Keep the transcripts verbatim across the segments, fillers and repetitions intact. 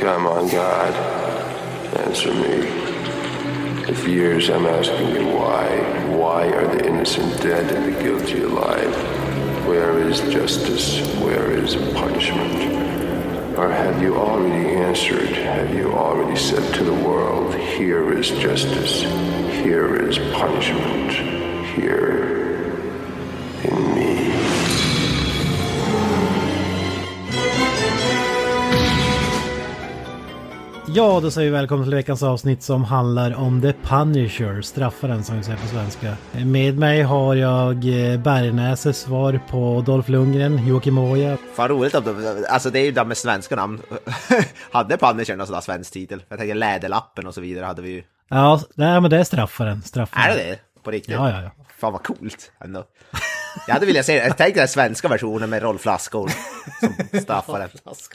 I'm on God. Answer me. For years I'm asking you why. Why are the innocent dead and the guilty alive? Where is justice? Where is punishment? Or have you already answered? Have you already said to the world, here is justice, here is punishment, here in me? Ja, då säger vi välkommen till veckans avsnitt som handlar om The Punisher, straffaren som vi säger på svenska. Med mig har jag Bergnäses svar på Dolph Lundgren, Joakim Oja. Fan roligt om de, alltså det är ju de med svenska namn. Hade Punisher någon sån där svensk titel? Jag tänker Läderlappen och så vidare hade vi ju. Ja, nej, men det är straffaren. straffaren. Är det det? På riktigt? Ja, ja, ja. Fan vad coolt ändå. Jag hade velat se det. Jag tänkte den svenska versionen med Rolf Lassgård som straffaren.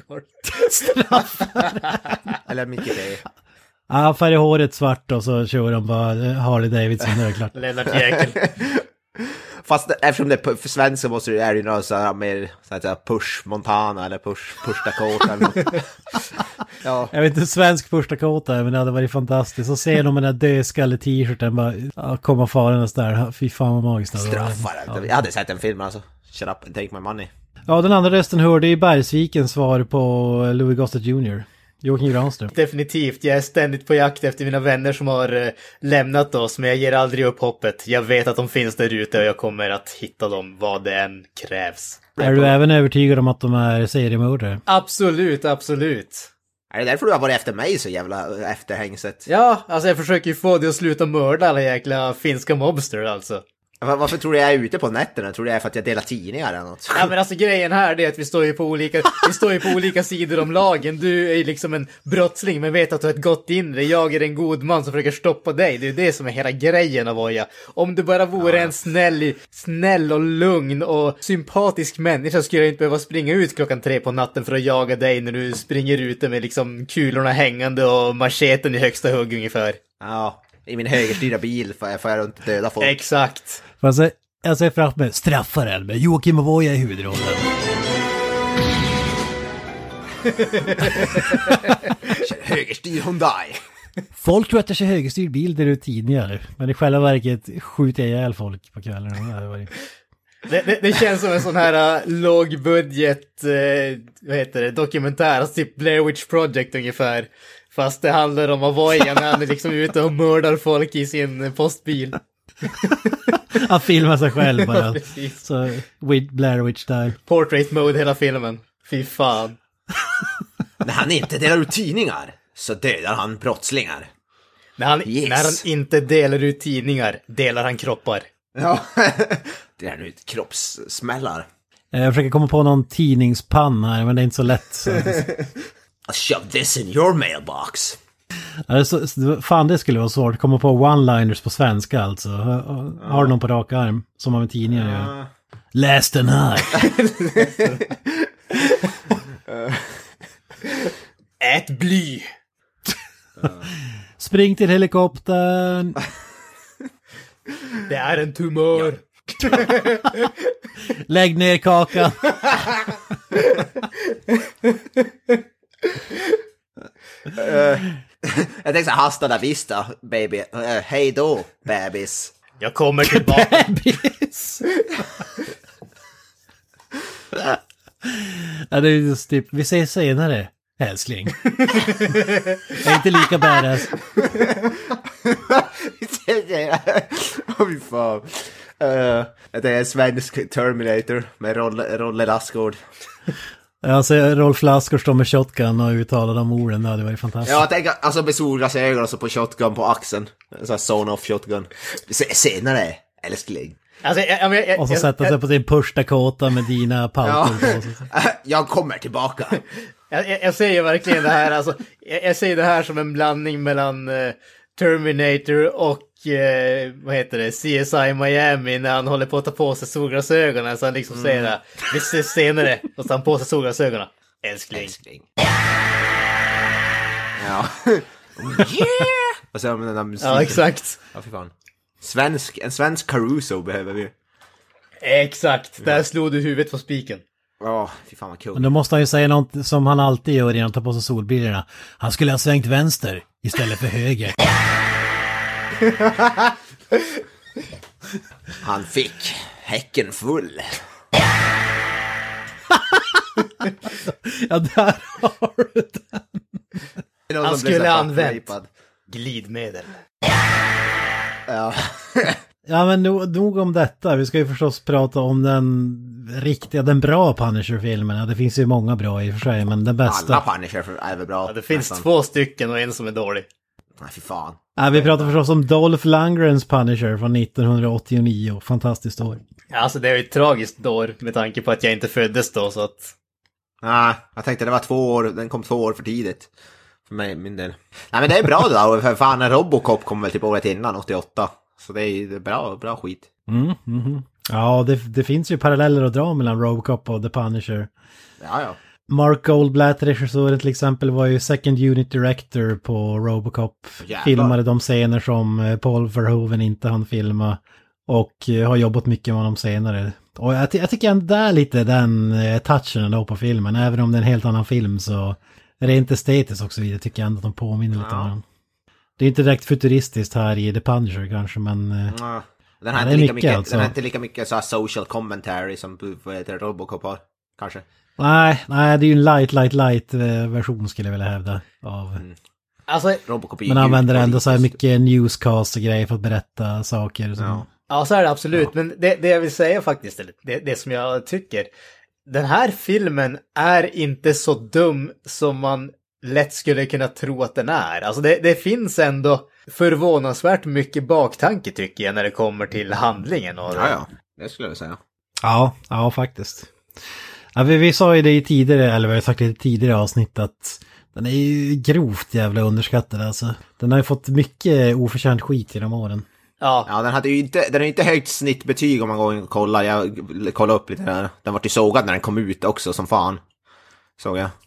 Straffaren. Eller mycket det. Ja, färg i håret svart och så kör de bara Harley Davidson, det är klart. Lennart Jäkel. Fast eftersom det är för svensk så måste det är ju något så här mer så att säga push Montana eller push push Dakota eller något. Ja. Jag vet inte svensk Push Dakota, men det hade varit fantastiskt. Och se dem med den där dödskalle t-shirten bara ja, komma farandes där. Fy fan vad magiskt. Straffare. Ja. Jag hade sett en film alltså. Shut up and take my money. Ja, den andra rösten hörde i Bergsvikens svar på Louis Gossett junior Joakim Granström. Definitivt, jag är ständigt på jakt efter mina vänner som har eh, lämnat oss, men jag ger aldrig upp hoppet. Jag vet att de finns där ute och jag kommer att hitta dem vad det än krävs. Är du även övertygad om att de är seriemördare? Absolut, absolut. Är det därför du har varit efter mig så jävla efterhängset? Ja, alltså jag försöker ju få dig att sluta mörda alla jäkla finska mobster alltså. Varför tror du jag är ute på nätterna? Tror du det är för att jag delar tidningar eller något? Ja, men alltså grejen här det är att vi står ju på olika vi står ju på olika sidor om lagen. Du är ju liksom en brottsling men vet att du har ett gott inre. Jag är en god man som försöker stoppa dig. Det är det som är hela grejen av Oja. Om du bara vore ja. en snäll, snäll och lugn och sympatisk människa skulle jag inte behöva springa ut klockan tre på natten för att jaga dig när du springer ute med liksom kulorna hängande och macheten i högsta hugg ungefär. Ja. I min högerstyrda bil får jag, får jag inte döda folk. Exakt. Alltså, jag ser fram med straffaren med Joakim Oja i huvudrollen. Högerstyrd Hyundai. Folk tror att jag kör högerstyrd bil där ute tidningar. Men i själva verket skjuter jag ihjäl folk på kvällen. Det, det, det känns som en sån här uh, lågbudget uh, vad heter det, dokumentär, typ Blair Witch Project ungefär. Fast det handlar om Avoya när han är liksom ute och mördar folk i sin postbil. Han filmar sig själv bara. Ja, så with Blair Witch style. Portrait mode hela filmen. Fy fan. När han inte delar ut tidningar så dödar han brottslingar. När han, yes. när han inte delar ut tidningar delar han kroppar. Ja, det är nu ett kroppssmällar. Jag försöker komma på någon tidningspann här, men det är inte så lätt. Så. I'll shove this in your mailbox. Alltså, fan, det skulle vara svårt att komma på one-liners på svenska alltså. Har ja. du någon på rak arm som man med tidningar gör? Ja. Läs den här. Ät bly. Spring till helikoptern. Det är en tumör. Ja. Lägg ner kakan. uh, jag tänkte så hasta la vista, baby. Uh, hej då, bebis. Jag kommer tillbaka. Bebis. Ja, det är just typ, vi ses senare, älskling. Jag är inte lika badass. Åh, fy fan. Uh, det är en svensk Terminator med Rolle, Rolle Lassgård. Alltså Rolf Lassgård står med shotgun och uttalar de orden där, det var ju fantastiskt. Ja, jag tänker, alltså med solglasögon och så på shotgun på axeln. Så här zone-off shotgun. Senare, älskling. Alltså, jag, jag, jag, och så sätter sig på sin Push Dakota med dina paltor. Ja. Jag kommer tillbaka. jag, jag, jag säger verkligen det här, alltså, jag, jag säger det här som en blandning mellan uh, Terminator och uh, vad heter det, C S I Miami när han håller på att ta på sig solglasögonen så han liksom mm. säger det, vi ses senare och så han på sig solglasögonen. Älskling. Älskling. Ja. Oh, yeah! Och så med den där musiken. Ja, exakt. Ja, fy fan. Svensk, en svensk Caruso behöver vi. Exakt, där ja. slog du huvudet på spiken. Ja, oh, fy fan vad kul. Men då måste han ju säga något som han alltid gör innan han tar på sig solbrillorna. Han skulle ha svängt vänster istället för höger. Han fick häcken full. Ja, där har du den. Han skulle ha använt glidmedel. Ja. Ja, men nog, nog om detta. Vi ska ju förstås prata om den riktiga, den bra Punisher-filmen. Ja, det finns ju många bra i och för sig, men den bästa... Alla Punisher är väl bra. Ja, det finns nästan. Två stycken och en som är dålig. Nej, fy fan. Ja, vi pratar förstås om Dolph Lundgrens Punisher från nittonhundraåttionio. Fantastiskt år. Ja, alltså det är ju ett tragiskt år med tanke på att jag inte föddes då, så att... Nej, jag tänkte det var två år, den kom två år för tidigt. För mig, min del. Nej, men det är bra då, för fan Robocop kom väl typ året innan, åttioåtta. Så det är, det är bra, bra skit. Mm, mm. Ja, det, det finns ju paralleller att dra mellan Robocop och The Punisher. Ja, ja. Mark Goldblatt, regissören till exempel, var ju second unit director på Robocop. Jävlar. Filmade de scener som Paul Verhoeven inte hann filma. Och har jobbat mycket med honom senare. Och jag, jag tycker ändå där lite den touchen då på filmen. Även om det är en helt annan film så rent estetiskt och så vidare tycker jag ändå att de påminner lite Ja. om den. Det är inte direkt futuristiskt här i The Punisher kanske, men... Ja. Den har Ja, det inte är lika mycket, mycket, alltså. den har inte lika mycket så här social commentary som vad heter Robocop har, kanske. Nej, nej, det är ju en light, light, light eh, version skulle jag vilja hävda. Av... Mm. Alltså, Robocop är Men ju använder djupt ändå så här politiskt. mycket newscast och grejer för att berätta saker. Som... Ja. ja, så är det absolut. Men det, det jag vill säga faktiskt, eller det, det som jag tycker. Den här filmen är inte så dum som man lätt skulle kunna tro att den är. Alltså det, det finns ändå förvånansvärt mycket baktanke tycker jag när det kommer till handlingen. Och Ja, ja. Det skulle jag säga. Ja, ja faktiskt. Ja, vi, vi sa ju det i tidigare, eller vi har sagt det i tidigare avsnitt att den är ju grovt jävla underskattad alltså. Den har ju fått mycket oförtjänt skit genom åren. Ja, Ja, den hade ju inte, den har ju inte högt snittbetyg om man går in och kollar. Jag kollade upp lite där. Den var ju sågad när den kom ut också, som fan. Såg jag.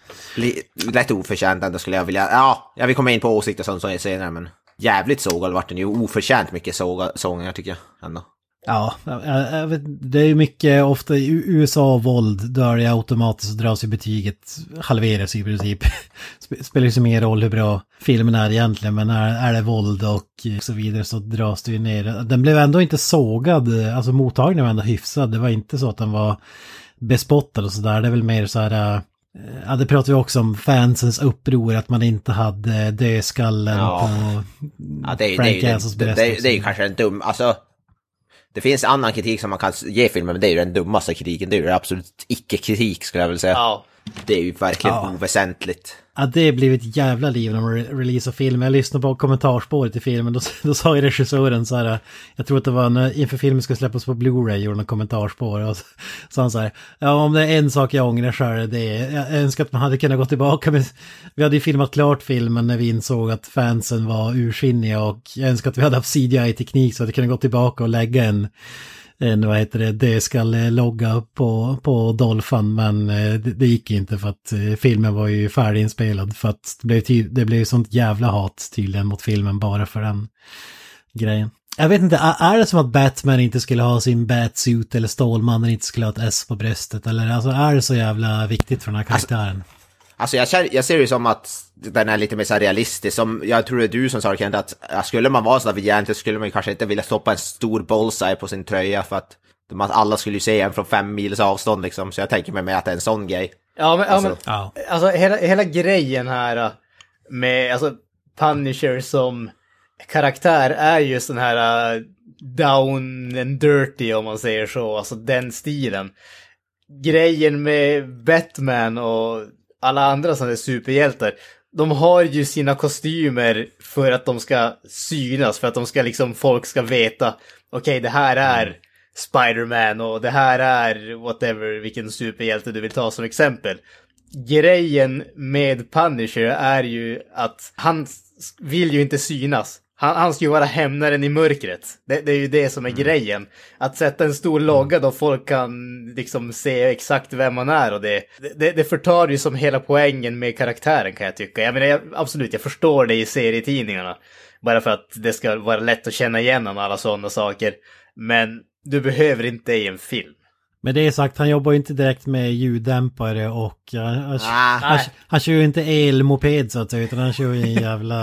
Lätt oförtjänt ändå skulle jag vilja. Ja, jag vill komma in på åsikter som så senare, men jävligt sågad vart den ju. Oförtjänt mycket såga, sågningar tycker jag ändå. Ja, jag, jag vet, det är ju mycket, ofta i U S A-våld, då är det automatiskt så dras ju betyget, halveras i princip. Spelar ju så mer roll hur bra filmen är egentligen, men är, är det våld och så vidare så dras det ju ner. Den blev ändå inte sågad, alltså mottagningen var ändå hyfsad, det var inte så att den var bespottad och sådär, det är väl mer så här... Ja, det pratar vi också om fansens uppror, att man inte hade dödskallen Ja. på Ja, det, är- Frank det, är ju- Castles det, det, bröst det, och det är ju så. kanske en dum, alltså det finns annan kritik som man kan ge filmen, men det är ju den dummaste kritiken, det är ju absolut icke-kritik skulle jag vilja säga. ja. Det är ju verkligen Ja. oväsentligt. Ja, det blev ett jävla liv när man re- releasade filmen. Jag lyssnade på kommentarspåret i filmen. Då, då sa ju regissören så här, jag tror att det var när, inför filmen skulle släppas på Blu-ray, gjorde en kommentarspår. Och så sa han så här, ja om det är en sak jag ångrar så är det det. Jag önskar att man hade kunnat gå tillbaka. Men vi hade ju filmat klart filmen när vi insåg att fansen var ursinniga. Och jag önskar att vi hade haft C G I-teknik så att vi kunde gå tillbaka och lägga en... en, vad heter det, det ska logga på, på Dolphin, men eh, det, det gick inte för att eh, filmen var ju färdiginspelad, för att det blev, ty- det blev sånt jävla hat tydligen mot filmen bara för den grejen. Jag vet inte, är, är det som att Batman inte skulle ha sin Batsuit eller Stålmannen inte skulle ha ett S på bröstet, eller alltså är det så jävla viktigt för den här karaktären? Alltså jag, känner, jag ser det som att den är lite mer så här realistisk. Som, jag tror det är du som sa Kent, att ja, skulle man vara så där egentligen skulle man ju kanske inte vilja stoppa en stor bullseye på sin tröja för att man, alla skulle ju se en från fem mils avstånd liksom. Så jag tänker mig med att det är en sån grej. Ja, men, Alltså- ja, men Ja. alltså hela, hela grejen här med alltså, Punisher som karaktär är ju sån här uh, down and dirty om man säger så, alltså den stilen. Grejen med Batman och alla andra sådana superhjältar, de har ju sina kostymer för att de ska synas, för att de ska liksom, folk ska veta, okej okay, det här är Spider-Man och det här är whatever, vilken superhjälte du vill ta som exempel. Grejen med Punisher är ju att han vill ju inte synas. Han, han ska ju vara hämnaren i mörkret. Det, det är ju det som är mm. grejen. Att sätta en stor logga då folk kan liksom se exakt vem man är. Och det, det, det förtar ju som hela poängen med karaktären kan jag tycka. Jag menar, jag, absolut, jag förstår det i serietidningarna. Bara för att det ska vara lätt att känna igen alla sådana saker. Men du behöver inte i en film. Men det är sagt, han jobbar ju inte direkt med ljuddämpare och uh, han, Ah. han, han kör ju inte elmoped så att säga, utan han kör ju en jävla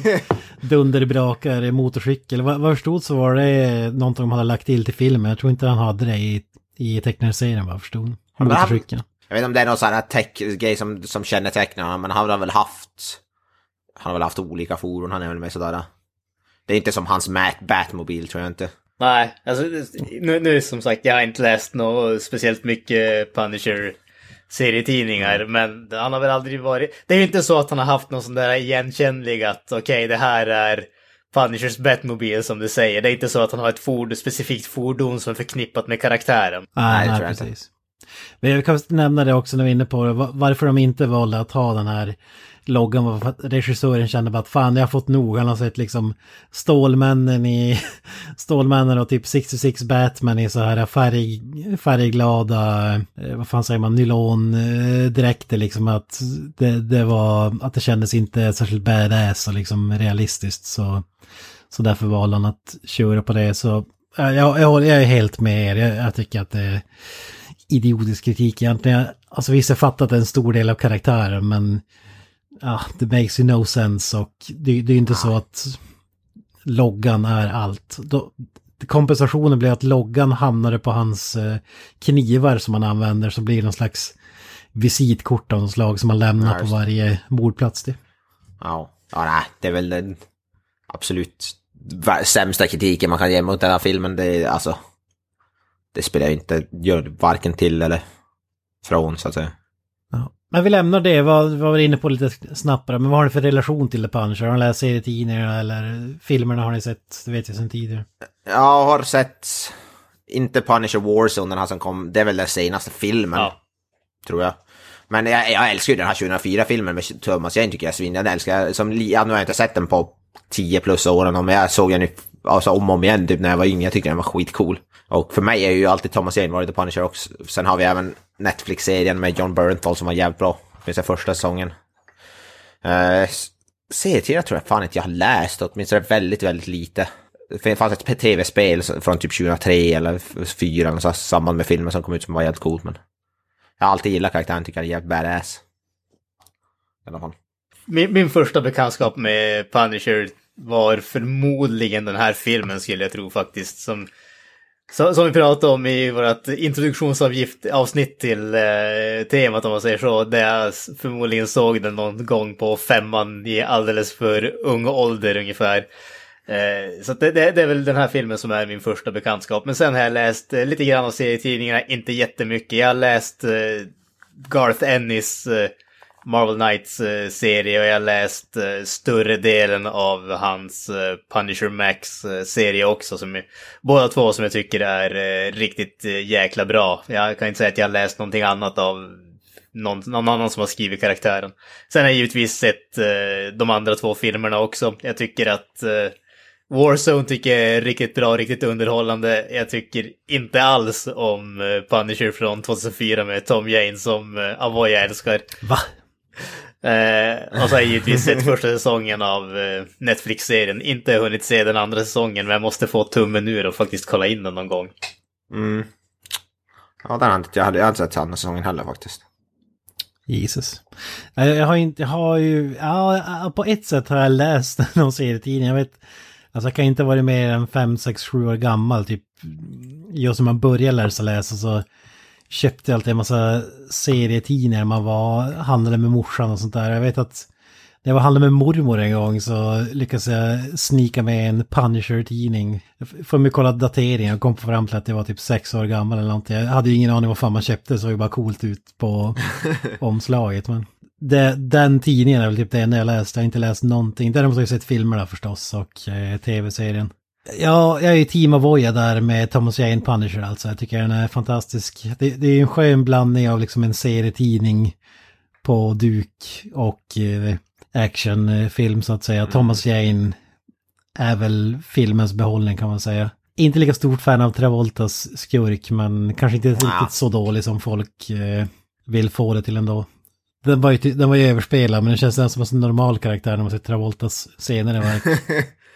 dunderbrakare motorcykel. Vad, vad förstod så var det någonting de hade lagt till till filmen. Jag tror inte han hade det i, i tecknade serien, vad jag förstod. Motorcykeln. Jag vet inte om det är någon sån här tech-grej som, som kännetecknar honom, men han har väl haft han har väl haft olika fordon, han är väl med sådär. Det är inte som hans Mac Batmobil, tror jag inte. Nej, alltså nu, nu som sagt, jag har inte läst något speciellt mycket Punisher-serietidningar, mm. men han har väl aldrig varit... Det är ju inte så att han har haft någon sån där igenkännlig att okej, okay, det här är Punishers Batmobil som du säger. Det är inte så att han har ett ford, specifikt fordon som är förknippat med karaktären. Nej, nej, nej precis. Men jag kan nämna det också när vi är inne på det, varför de inte valde att ha den här loggan var för att regissören kände bara att fan, jag har fått nog. Han har sett liksom Stålmännen i Stålmännen och typ sextiosex Batman i så här färg, färgglada eh, vad fan säger man, nylondräkter liksom, att det, det var att det kändes inte särskilt badass och liksom realistiskt, så, så därför valde han att köra på det. Så jag, jag, jag är helt med er. Jag, jag tycker att det är idiotisk kritik egentligen. Alltså visst, jag fattat en stor del av karaktären, men ja, det makes you no sense, och det, det är inte så att loggan är allt. Då, kompensationen blir att loggan hamnade på hans eh, knivar som han använder, så blir det någon slags visitkort av något slag som man lämnar ja, på varje mordplats till. Ja, ja nej, det är väl den absolut sämsta kritiken man kan ge mot den här filmen. Det är alltså, det spelar ju inte, gör varken till eller från så att säga. Ja. Men vi lämnar det, vad var vi inne på lite snabbare, men vad har ni för relation till The Punisher? Har ni läst serietidningarna eller filmerna har ni sett, det vet jag sedan tidigare? Jag har sett, inte Punisher Warzone, den här som kom, det är väl den senaste filmen, ja. Tror jag. Men jag, jag älskar ju den här tjugohundrafyra-filmen med Thomas Jane, tycker jag svin. Jag älskar, som, ja, nu har jag inte sett den på tio plus åren, men jag såg den ju alltså, om och om igen typ när jag var yngre. Jag tycker den var skitcool. Och för mig är ju alltid Thomas Jane varit The Punisher också. Sen har vi även Netflix-serien med John Bernthal som var jävligt bra. Det finns första säsongen. Uh, serietidningar tror jag fan inte jag har läst, åtminstone väldigt, väldigt lite. Det fanns ett tv-spel från typ tjugohundratre eller fyra så samband med filmen som kom ut som var helt coolt, men jag har alltid gillat karaktären, tycker jag är jävligt badass. I alla fall. Min, min första bekantskap med Punisher var förmodligen den här filmen, skulle jag tro faktiskt, som Så, som vi pratade om i vårt introduktionsavsnitt till eh, temat, om man säger så, där jag förmodligen såg den någon gång på femman i alldeles för ung ålder ungefär. Eh, så det, det, det är väl den här filmen som är min första bekantskap. Men sen har jag läst eh, lite grann av serietidningarna, inte jättemycket. Jag har läst eh, Garth Ennis eh, Marvel Knights-serie, och jag har läst uh, större delen av hans uh, Punisher Max-serie också, som är, båda två som jag tycker är uh, riktigt uh, jäkla bra. Jag kan inte säga att jag har läst någonting annat av någon, någon annan som har skrivit karaktären. Sen har jag givetvis sett uh, de andra två filmerna också. Jag tycker att uh, Warzone tycker jag är riktigt bra, riktigt underhållande. Jag tycker inte alls om uh, Punisher från tjugohundrafyra med Tom Jane som uh, Avoy jag älskar. Va? Eh, och så har jag givetvis sett första säsongen av eh, Netflix-serien. Inte hunnit se den andra säsongen, men jag måste få tummen ur och faktiskt kolla in den någon gång. Mm. Ja, den hade jag hade jag hade sett andra säsongen heller faktiskt. Jesus. Jag har inte, jag har ju, ja, på ett sätt har jag läst någon serietidning. Jag vet, alltså jag kan inte vara mer än fem, sex, sju år gammal. Typ, just när man börjar läsa läsa så köpte jag alltid en massa serietidningar. Man var, handlade med morsan och sånt där. Jag vet att när jag var handlade med mormor en gång så lyckades jag snika med en Punisher-tidning. För mig kolla dateringen och kom fram till att det var typ sex år gammal eller någonting. Jag hade ju ingen aning vad fan man köpte, så såg ju bara coolt ut på omslaget. Men det, den tidningen är väl typ det enda jag läste. Jag har inte läst någonting. Däremot har jag sett filmerna förstås och eh, tv-serien. Ja, jag är ju team Avoya där med Thomas Jane Punisher alltså. Jag tycker den är fantastisk. Det, det är en skön blandning av liksom en serietidning på duk och eh, actionfilm så att säga. Mm. Thomas Jane är väl filmens behållning kan man säga. Inte lika stort fan av Travoltas skurk, men kanske inte riktigt wow. så dålig som folk eh, vill få det till ändå. Den var ju, den var ju överspelad, men det känns som en normal karaktär när man ser Travoltas senare.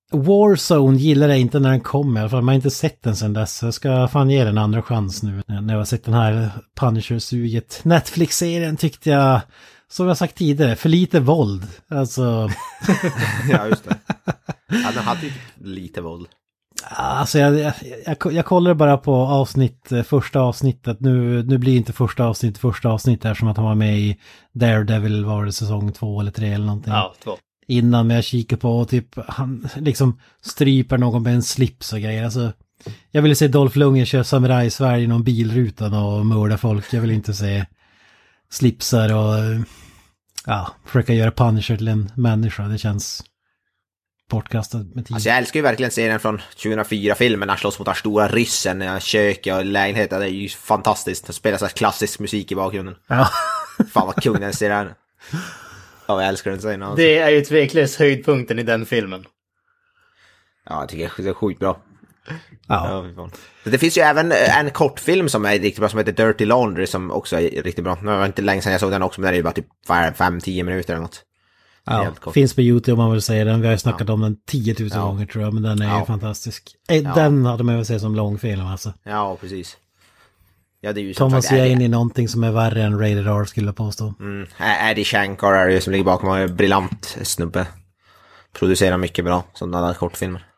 Warzone gillar jag inte när den kommer. I alla fall man har inte sett den sedan dess. Jag ska fan ge den en andra chans nu. När jag har sett den här Punisher-suget. Netflix-serien tyckte jag, som jag sagt tidigare, för lite våld. Alltså... Ja, just det. Ja, den hade ju lite våld. Alltså jag, jag, jag, jag kollar bara på avsnitt, första avsnittet. Nu, nu blir inte första avsnitt första avsnitt här som att han var med i Daredevil, var det säsong två eller tre eller någonting. Ja, två. Innan, men jag kikar på typ, han liksom stryper någon med en slips och grejer. Alltså, jag ville se Dolph Lundgren köra samurajsvärd i någon bilrutan och mörda folk. Jag vill inte se slipsar och ja, försöka göra Punisher till en människa. Det känns bortkastad med tid. Alltså jag älskar ju verkligen serien från tjugohundrafyra-filmen. Han slåss mot den stora ryssen i köket och lägenheten. Det är ju fantastiskt. Det spelar så här klassisk musik i bakgrunden. Ja. Fan vad kung den ser där. Ja, jag älskar den scenen. Alltså. Det är ju tveklöst höjdpunkten i den filmen. Ja, jag tycker det är skitbra. Ja. Ja, det finns ju även en kortfilm som är riktigt bra som heter Dirty Laundry som också är riktigt bra. Det var inte länge sedan jag såg den också, men det är ju bara typ fem till tio minuter eller något. Ja, finns på YouTube om man vill säga den. Vi har ju snackat ja. om den tiotusen ja. gånger tror jag, men den är ja. ju fantastisk. Den ja. hade man väl se som långfilm alltså. Ja, precis. Ja, det är ju Thomas ger in i någonting som är värre än Rated R skulle jag påstå. Mm. Eddie Shankar är det som ligger bakom, en briljant snubbe. Producerar mycket bra sådana där kortfilmer.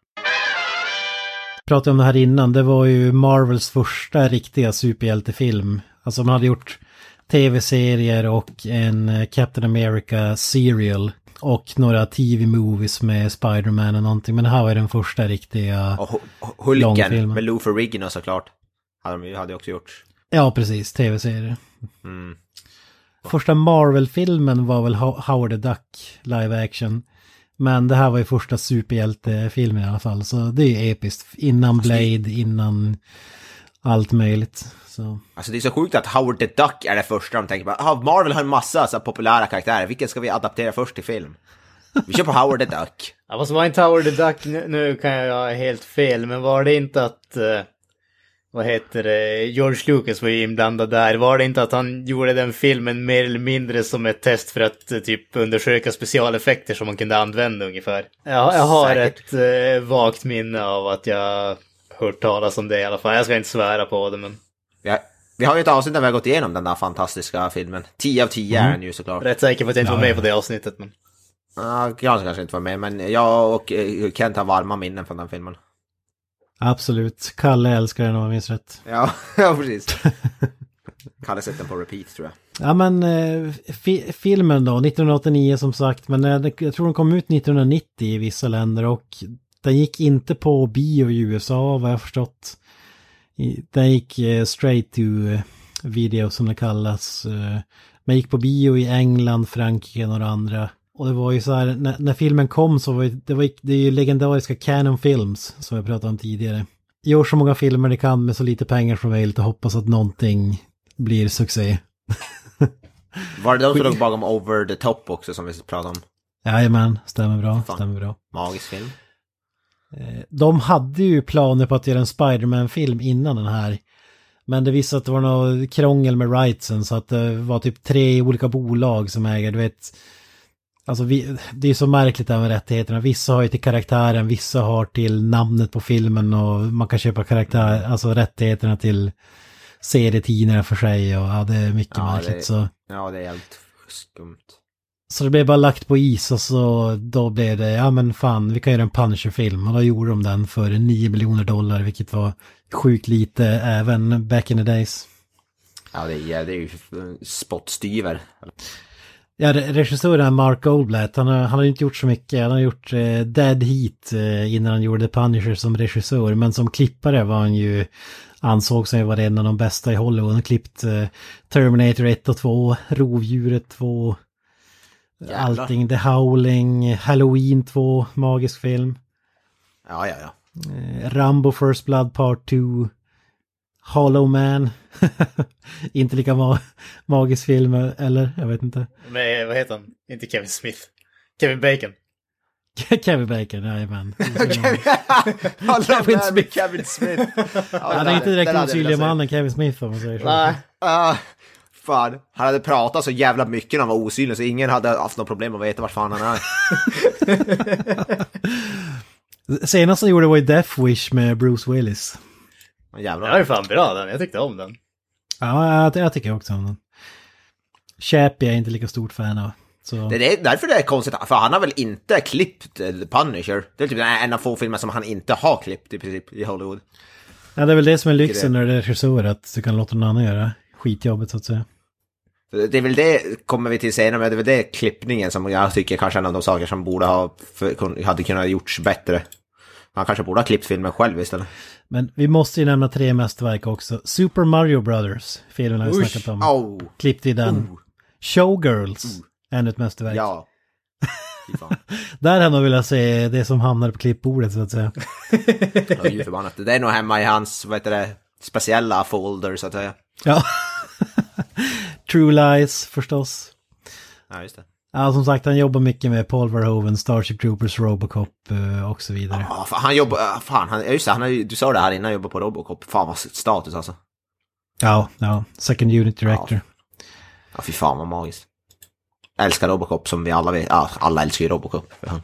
Pratade om det här innan, det var ju Marvels första riktiga superhjältefilm. Alltså man hade gjort tv-serier och en Captain America serial och några tv-movies med Spider-Man och någonting. Men det här var den första riktiga och Hulken med Lou Ferrigno såklart. Hade de hade också gjort. Ja, precis. Tv-serier. Mm. Första Marvel-filmen var väl Howard the Duck live action. Men det här var ju första superhjältefilmen i alla fall. Så det är ju episkt. Innan Blade, innan allt möjligt. Så. Alltså det är så sjukt att Howard the Duck är det första de tänker på. Ah, Marvel har en massa så populära karaktärer. Vilken ska vi adaptera först till film? Vi kör på Howard the Duck. Ja, vad var inte Howard the Duck, nu kan jag ha helt fel, men var det inte att... Uh... Vad heter det? George Lucas var ju inblandad där. Var det inte att han gjorde den filmen mer eller mindre som ett test för att typ undersöka specialeffekter som man kunde använda ungefär? Ja, jag har Säkert. ett eh, vagt minne av att jag hört talas om det i alla fall. Jag ska inte svära på det, men... Ja, vi har ju ett avsnitt där vi har gått igenom den där fantastiska filmen. tio av tio mm. är den ju såklart. Rätt säker på att jag inte ja, var med ja. på det avsnittet, men... Ja, jag kanske inte var med, men jag och Kent har varma minnen från den filmen. Absolut. Kalle älskar den om jag minns rätt. Ja, ja precis. Kalle sätter den på repeat tror jag. Ja men eh, fi- filmen då, nittonhundraåttionio som sagt. Men eh, jag tror den kom ut nittonhundranittio i vissa länder. Och den gick inte på bio i U S A vad jag förstått. I, den gick eh, straight to eh, video som det kallas. Eh, men gick på bio i England, Frankrike och några andra. Och det var ju så här, när, när filmen kom så var det, det, var, det är ju legendariska Canon Films som jag pratade om tidigare. Gör så många filmer det kan med så lite pengar som möjligt och hoppas att någonting blir succé. Var det de som låg bakom Over the Top också som vi pratade om? Jajamän, stämmer bra, Fan. stämmer bra. Magisk film. De hade ju planer på att göra en Spider-Man-film innan den här. Men det visade att det var något krångel med rightsen så att det var typ tre olika bolag som äger, du vet... Alltså vi, det är så märkligt där med rättigheterna. Vissa har ju till karaktären, vissa har till namnet på filmen och man kan köpa karaktär, alltså rättigheterna till serietidningar för sig och ja, det är mycket ja, märkligt. Det, så. Ja, det är helt skumt. Så det blev bara lagt på is och så då blev det, ja men fan, vi kan göra en Punisher-film. Och då gjorde de den för nio miljoner dollar, vilket var sjukt lite även back in the days. Ja, det är, det är ju spottstyver. Ja, regissören Mark Goldblatt, han har, han har inte gjort så mycket. Han har gjort eh, Dead Heat eh, innan han gjorde The Punisher som regissör. Men som klippare var han ju, ansåg sig vara en av de bästa i Hollywood. Han har klippt eh, Terminator ett och två, Rovdjuret två, Jävlar. allting, The Howling, Halloween två, magisk film. Ja, ja, ja. Eh, Rambo First Blood Part två, Hollow Man. Inte lika ma- magisk film, eller? Jag vet inte. Men vad heter han? Inte Kevin Smith. Kevin Bacon. Kevin Bacon, jajamän. Kevin Smith. Kevin Smith. Ja, han är inte direkt osynlig mannen Kevin Smith om man säger så. Nej. Uh, fan. Han hade pratat så jävla mycket när han var osynlig så ingen hade haft något problem att veta vart fan han är. Senast han gjorde var ju Death Wish med Bruce Willis. Jävlar. Det var ju fan bra den, jag tyckte om den. Ja, jag, jag tycker också om den. Chappie är jag inte lika stort fan av. Så. Det är därför det är konstigt, för han har väl inte klippt The Punisher. Det är typ en av få filmer som han inte har klippt i princip i Hollywood. Ja, det är väl det som är lyxen när det är regissör, att du kan låta någon annan göra skitjobbet så att säga. Det är väl det, kommer vi till senare, men det är väl det klippningen som jag tycker kanske är en av de saker som borde ha för, hade kunnat gjorts bättre. Han kanske borde ha klippt filmen själv istället. Men vi måste ju nämna tre mästerverk också. Super Mario Brothers, filmen har vi Usch, snackat om. Oh. Klippt i den. Oh. Showgirls, Oh. ännu ett mästerverk. Ja. Där hade man velat se det som hamnar på klippbordet så att säga. Ja, ju förbannat. Det är nog hemma i hans, vad heter det, speciella folder så att säga. Ja. True Lies förstås. Ja, just det. Ja, som sagt, han jobbar mycket med Paul Verhoeven, Starship Troopers, Robocop uh, och så vidare. Ja, fan, han jobbar, fan, han, just det, han har, du sa det här innan, han jobbar på Robocop. Fan vad status alltså. Ja, ja, second unit director. Ja, ja fy fan vad magiskt. Jag älskar Robocop som vi alla vet. Ja, alla älskar ju Robocop. Ja.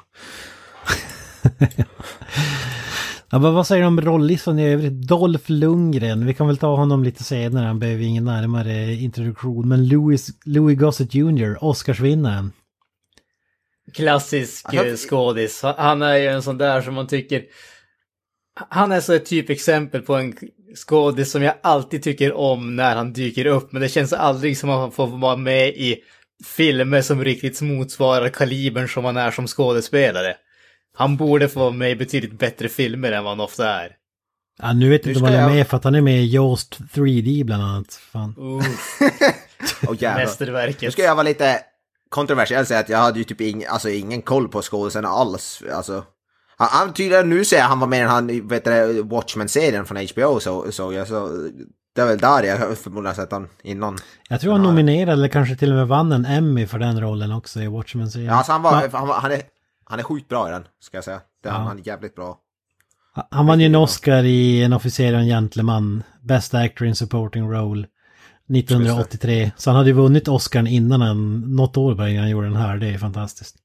Ja, vad, vad säger du om rollistan i övrigt? Dolph Lundgren, vi kan väl ta honom lite senare, han behöver ingen närmare introduktion. Men Louis, Louis Gossett junior, Oscarsvinnaren. Klassisk alltså, skådis. Han är ju en sån där som man tycker... Han är så ett typexempel på en skådis som jag alltid tycker om när han dyker upp. Men det känns aldrig som att han får vara med i filmer som riktigt motsvarar kalibern som han är som skådespelare. Han borde få vara med i betydligt bättre filmer än vad han ofta är. Ja, nu vet jag inte vad han är jag... med för att han är med i Jaws tre D bland annat. Fan. Uh. Oh, Mästerverket. Nu ska jag vara lite kontroversiell, säga att jag hade ju typ ing, alltså, ingen koll på skådespelaren alls. Alltså, han, han tydligen nu säger han var med i han, vet du, Watchmen-serien från H B O så, så, jag, så det är väl där jag förmodligen sett han innan. Jag tror han nominerade eller kanske till och med vann en Emmy för den rollen också i Watchmen-serien. Ja, alltså han, var, han, han, är, han är sjukt bra i den, ska jag säga. Det är ja. han är jävligt bra. Han vann ju en Oscar i En officer och en gentleman, Best Actor in Supporting Role, nittonhundraåttiotre. Så han hade ju vunnit Oscarn innan han, något år bara innan han gjorde den här, det är fantastiskt.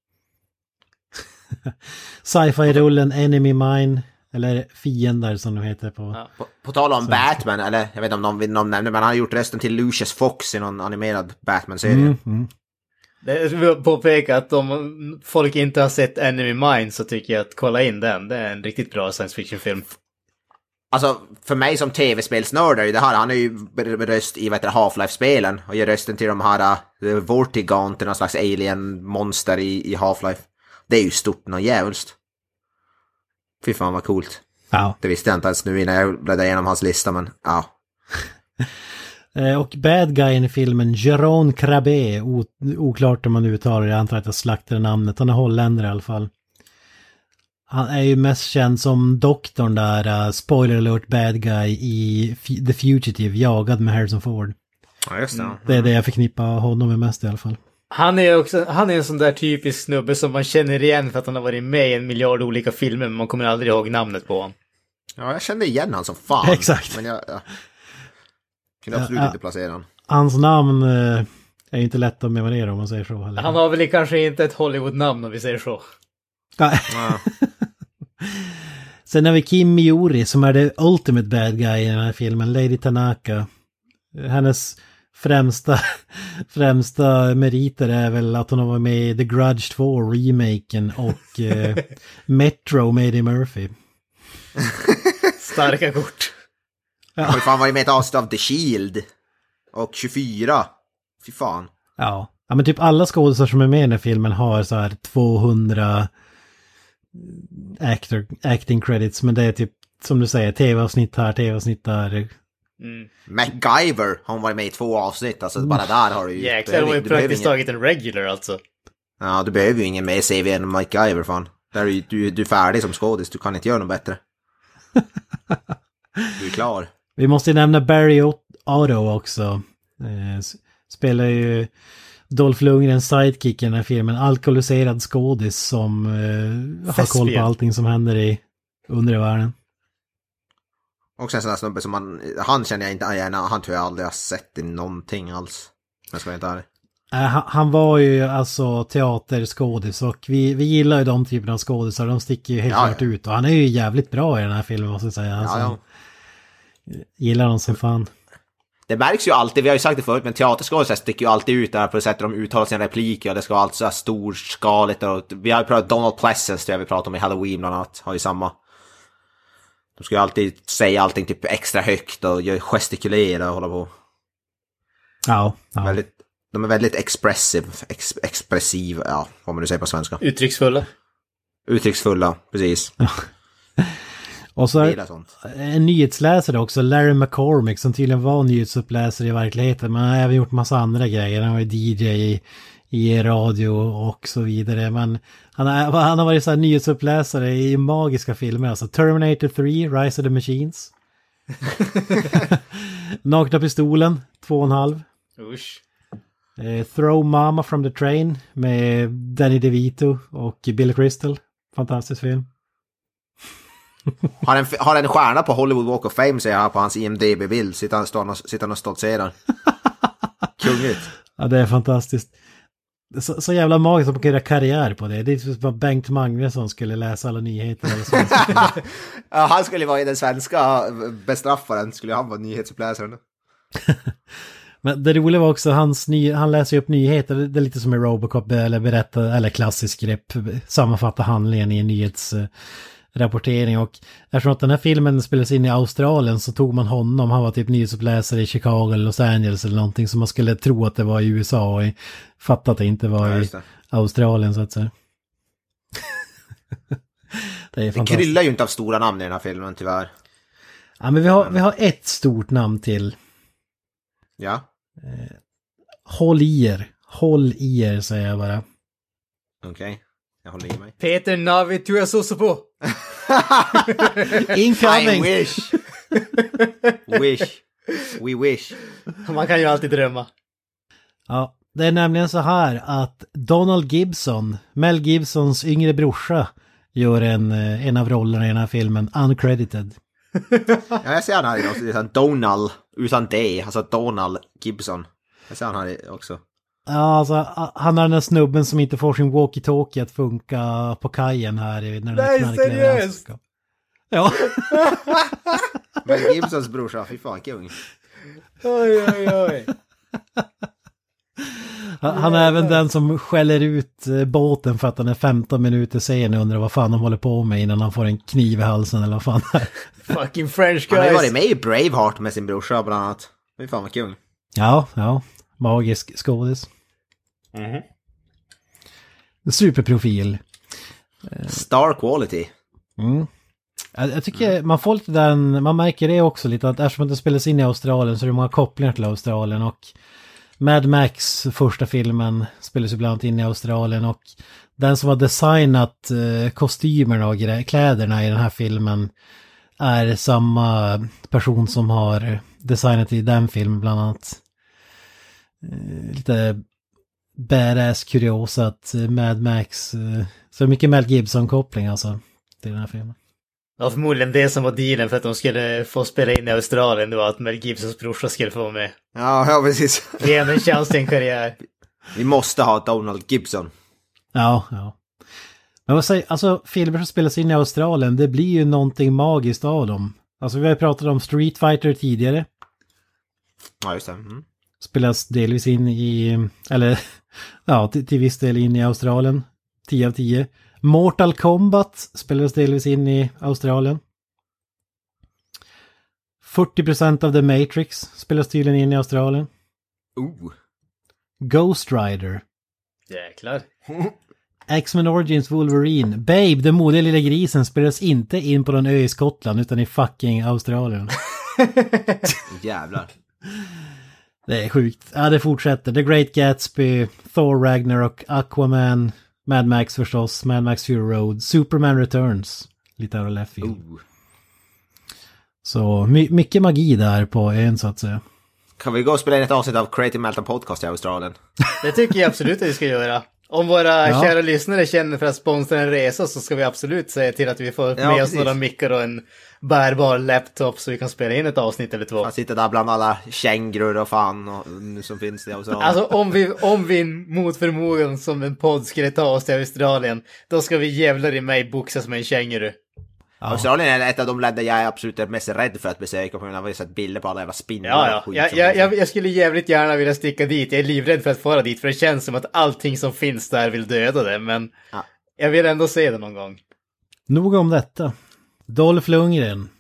Sci-fi-rullen Enemy Mine, eller Fiender som de heter på. Ja. På, på tal om så. Batman, eller jag vet inte om någon, någon nämnde, men han har gjort rösten till Lucius Fox i någon animerad Batman-serie. Mm, mm. Det vill påpeka att om folk inte har sett Enemy Mine så tycker jag att kolla in den. Det är en riktigt bra science fiction-film. Alltså, för mig som tv-spelsnörd är det här, han är ju röst i vet du, Half-Life-spelen och ger rösten till de här uh, Vortigon, till någon slags alien-monster i, i Half-Life. Det är ju stort något jävulst. Fy fan vad coolt. Ja. Det visste jag inte ens nu innan jag bläddrade igenom hans lista, men ja. Och bad guyen i filmen, Jérôme Crabbe, o- oklart om man uttalar det, jag antar att jag slaktade namnet, han är holländare i alla fall. Han är ju mest känd som doktorn där, uh, spoiler alert bad guy i F- The Fugitive, jagad med Harrison Ford. Ja, just det. Mm. Det är det jag förknippar honom med mest i alla fall. Han är också, han är en sån där typisk snubbe som man känner igen för att han har varit med i en miljard olika filmer, men man kommer aldrig ihåg namnet på honom. Ja, jag kände igen han som fan. Exakt. Men jag, jag kunde absolut ja, inte placera han. Hans namn uh, är ju inte lätt att memorera om man säger så. Eller? Han har väl kanske inte ett Hollywood-namn om vi säger så. Ja. Sen har vi Kim Miuri som är det ultimate bad guy i den här filmen, Lady Tanaka. Hennes främsta, främsta meriter är väl att hon har varit med i The Grudge två, remaken, och eh, Metro med Eddie Murphy. Starka kort. Ja. Har ju fan varit med i ett avsnitt av The Shield. Och tjugofyra. Fy fan. Ja. Ja, men typ alla skådespelare som är med i den här filmen har så här tvåhundra actor, acting credits. Men det är typ, som du säger, tv-avsnitt här, tv-avsnitt där. Mm. MacGyver har hon varit med i två avsnitt. Alltså bara där har du ju... Jäklar, hon är praktiskt taget en regular alltså. Ja, du behöver ju ingen mer C V än MacGyver fan. Där är du, du, du är färdig som skådis, du kan inte göra något bättre. Du är klar. Vi måste ju nämna Barry Otto också. Eh, spelar ju Dolph Lundgren sidekick i den här filmen. Alkoholiserad skådis som eh, har koll på allting som händer i undervärlden. Och sen sån här snubbe som man, han känner jag inte igen, han tror jag aldrig har sett i någonting alls. Jag ska inte ha det. Äh, han, han var ju alltså teaterskådis och vi, vi gillar ju de typerna av skådisar. De sticker ju helt ja, klart ja. ut och han är ju jävligt bra i den här filmen måste jag säga. Alltså, ja, ja. Gillar honom som fan. Det märks ju alltid, vi har ju sagt det förut, men teaterskådisar sticker ju alltid ut där på det sättet de uttalar sina repliker och det ska vara allt så här storskaligt. Och vi har ju pratat Donald Pleasence, det vi pratat om i Halloween bland annat, har ju samma. De ska ju alltid säga allting typ extra högt och gestikulera och hålla på. Ja, ja. Väldigt, de är väldigt expressive, ex, expressiva, ja, vad man nu säger på svenska. Uttrycksfulla. Uttrycksfulla, precis. Och så en nyhetsläsare också, Larry McCormick, som tydligen var nyhetsuppläsare i verkligheten. Men han har även gjort massa andra grejer. Han var ju D J i, i radio och så vidare. Men han har, han har varit så här nyhetsuppläsare i magiska filmer. Alltså Terminator tre, Rise of the Machines. Nakna pistolen, två och en halv. Usch. Eh, Throw Mama from the Train med Danny DeVito och Bill Crystal. Fantastisk film. Har en, har en stjärna på Hollywood Walk of Fame, säger jag på hans I M D B-bild. Sitter han, står, sitter han och stoltserar. Kungligt. Ja, det är fantastiskt. Så, så jävla magiskt att man kan göra karriär på det. Det är som att Bengt Magnusson skulle läsa alla nyheter. Eller så. Ja, han skulle vara den svenska bestraffaren. Skulle han vara nyhetsuppläsaren. Men det roliga var också, hans ny, han läser ju upp nyheter. Det är lite som i Robocop eller berätta, eller klassisk grepp. Sammanfatta handlingen i en nyhets... rapportering, och eftersom att den här filmen spelades in i Australien så tog man honom, han var typ nyhetsuppläsare i Chicago eller Los Angeles eller någonting, så man skulle tro att det var i U S A och fatta att det inte var ja, i Australien så att säga. Det är fantastiskt. Det kryllar ju inte av stora namn i den här filmen tyvärr. Ja, men vi har, vi har ett stort namn till. Ja. Eh, håll i er. Håll i er, säger jag bara. Okej. Okay. Jag håller i mig. Peter Navi tror jag så på. Incoming. I wish. Wish. We wish. Man kan ju alltid drömma. Ja, det är nämligen så här att Donald Gibson, Mel Gibsons yngre brorsa, gör en, en av rollerna i den här filmen, uncredited. Ja, jag ser han här också. Det är Donald utan D, alltså Donald Gibson. Jag ser han här också. Ja, alltså, han är den där snubben som inte får sin walkie-talkie att funka på kajen här. När den Nej, seriöst! Ja. Men Gibsons brorsa, fy fan, kung. Oj, oj, oj. Han, han är även den som skäller ut båten för att han är femton minuter sen och undrar vad fan de håller på med innan han får en kniv i halsen eller vad fan. Fucking French guys. Han har ju varit med i Braveheart med sin brorsa bland annat. Fy fan, vad kung. Ja, ja. Magisk skådis. Mm-hmm. Superprofil. Star quality. Mm. Jag, jag tycker mm. man får lite den, man märker det också lite att eftersom det spelas in i Australien så är det många kopplingar till Australien, och Mad Max första filmen spelas ju bland annat in i Australien, och den som har designat eh, kostymerna och gre- kläderna i den här filmen är samma person som har designat i den filmen bland annat. Eh, lite badass kuriosa att Mad Max, så mycket Mel Gibson-koppling alltså till den här filmen. Ja, förmodligen det som var dealen för att de skulle få spela in i Australien, det var att Mel Gibsons brorsa skulle få med. Ja, ja precis. Ge henne en chans till en karriär. Vi måste ha Donald Gibson. Ja, ja. Men vad säger, alltså filmer som spelas in i Australien, det blir ju någonting magiskt av dem. Alltså vi har ju pratat om Street Fighter tidigare. Ja, just det. Mm. Spelas delvis in i, eller ja, till, till viss del in i Australien. tio av tio. Mortal Kombat spelades delvis in i Australien. fyrtio procent av The Matrix spelas tydligen in i Australien. Oh. Ghost Rider. Jäklar. X-Men Origins Wolverine. Babe, den modiga lilla grisen spelas inte in på någon ö i Skottland utan i fucking Australien. Jävlar. Det är sjukt. Ja, det fortsätter. The Great Gatsby, Thor Ragnarok, Aquaman, Mad Max förstås, Mad Max Fury Road, Superman Returns. Lite av left field. Oh. Så my- mycket magi där på en så att säga. Kan vi gå och spela in ett avsnitt av Creative Meltdown Podcast i Australien? Det tycker jag absolut att vi ska göra. Om våra Ja. kära lyssnare känner för att sponsra en resa så ska vi absolut säga till att vi får Ja, med oss precis. några mickar och en bärbar laptop så vi kan spela in ett avsnitt eller två. Han sitter där bland alla kängurur och fan och, som finns i Australien. Alltså om vi, om vi mot förmodan som en podd skulle ta oss till Australien, då ska vi jävlar i mig boxas med en känguru. Ja. Australien är ett av de länder jag är absolut mest rädd för att besöka på grund av att jag har sett bilder på alla jävla spindlar Ja, ja. och skit Jag, som jag, finns. jag, jag skulle jävligt gärna vilja sticka dit. Jag är livrädd för att fara dit, för det känns som att allting som finns där vill döda det, men Ja. jag vill ändå se det någon gång. Nog om detta. Dolph Lundgren.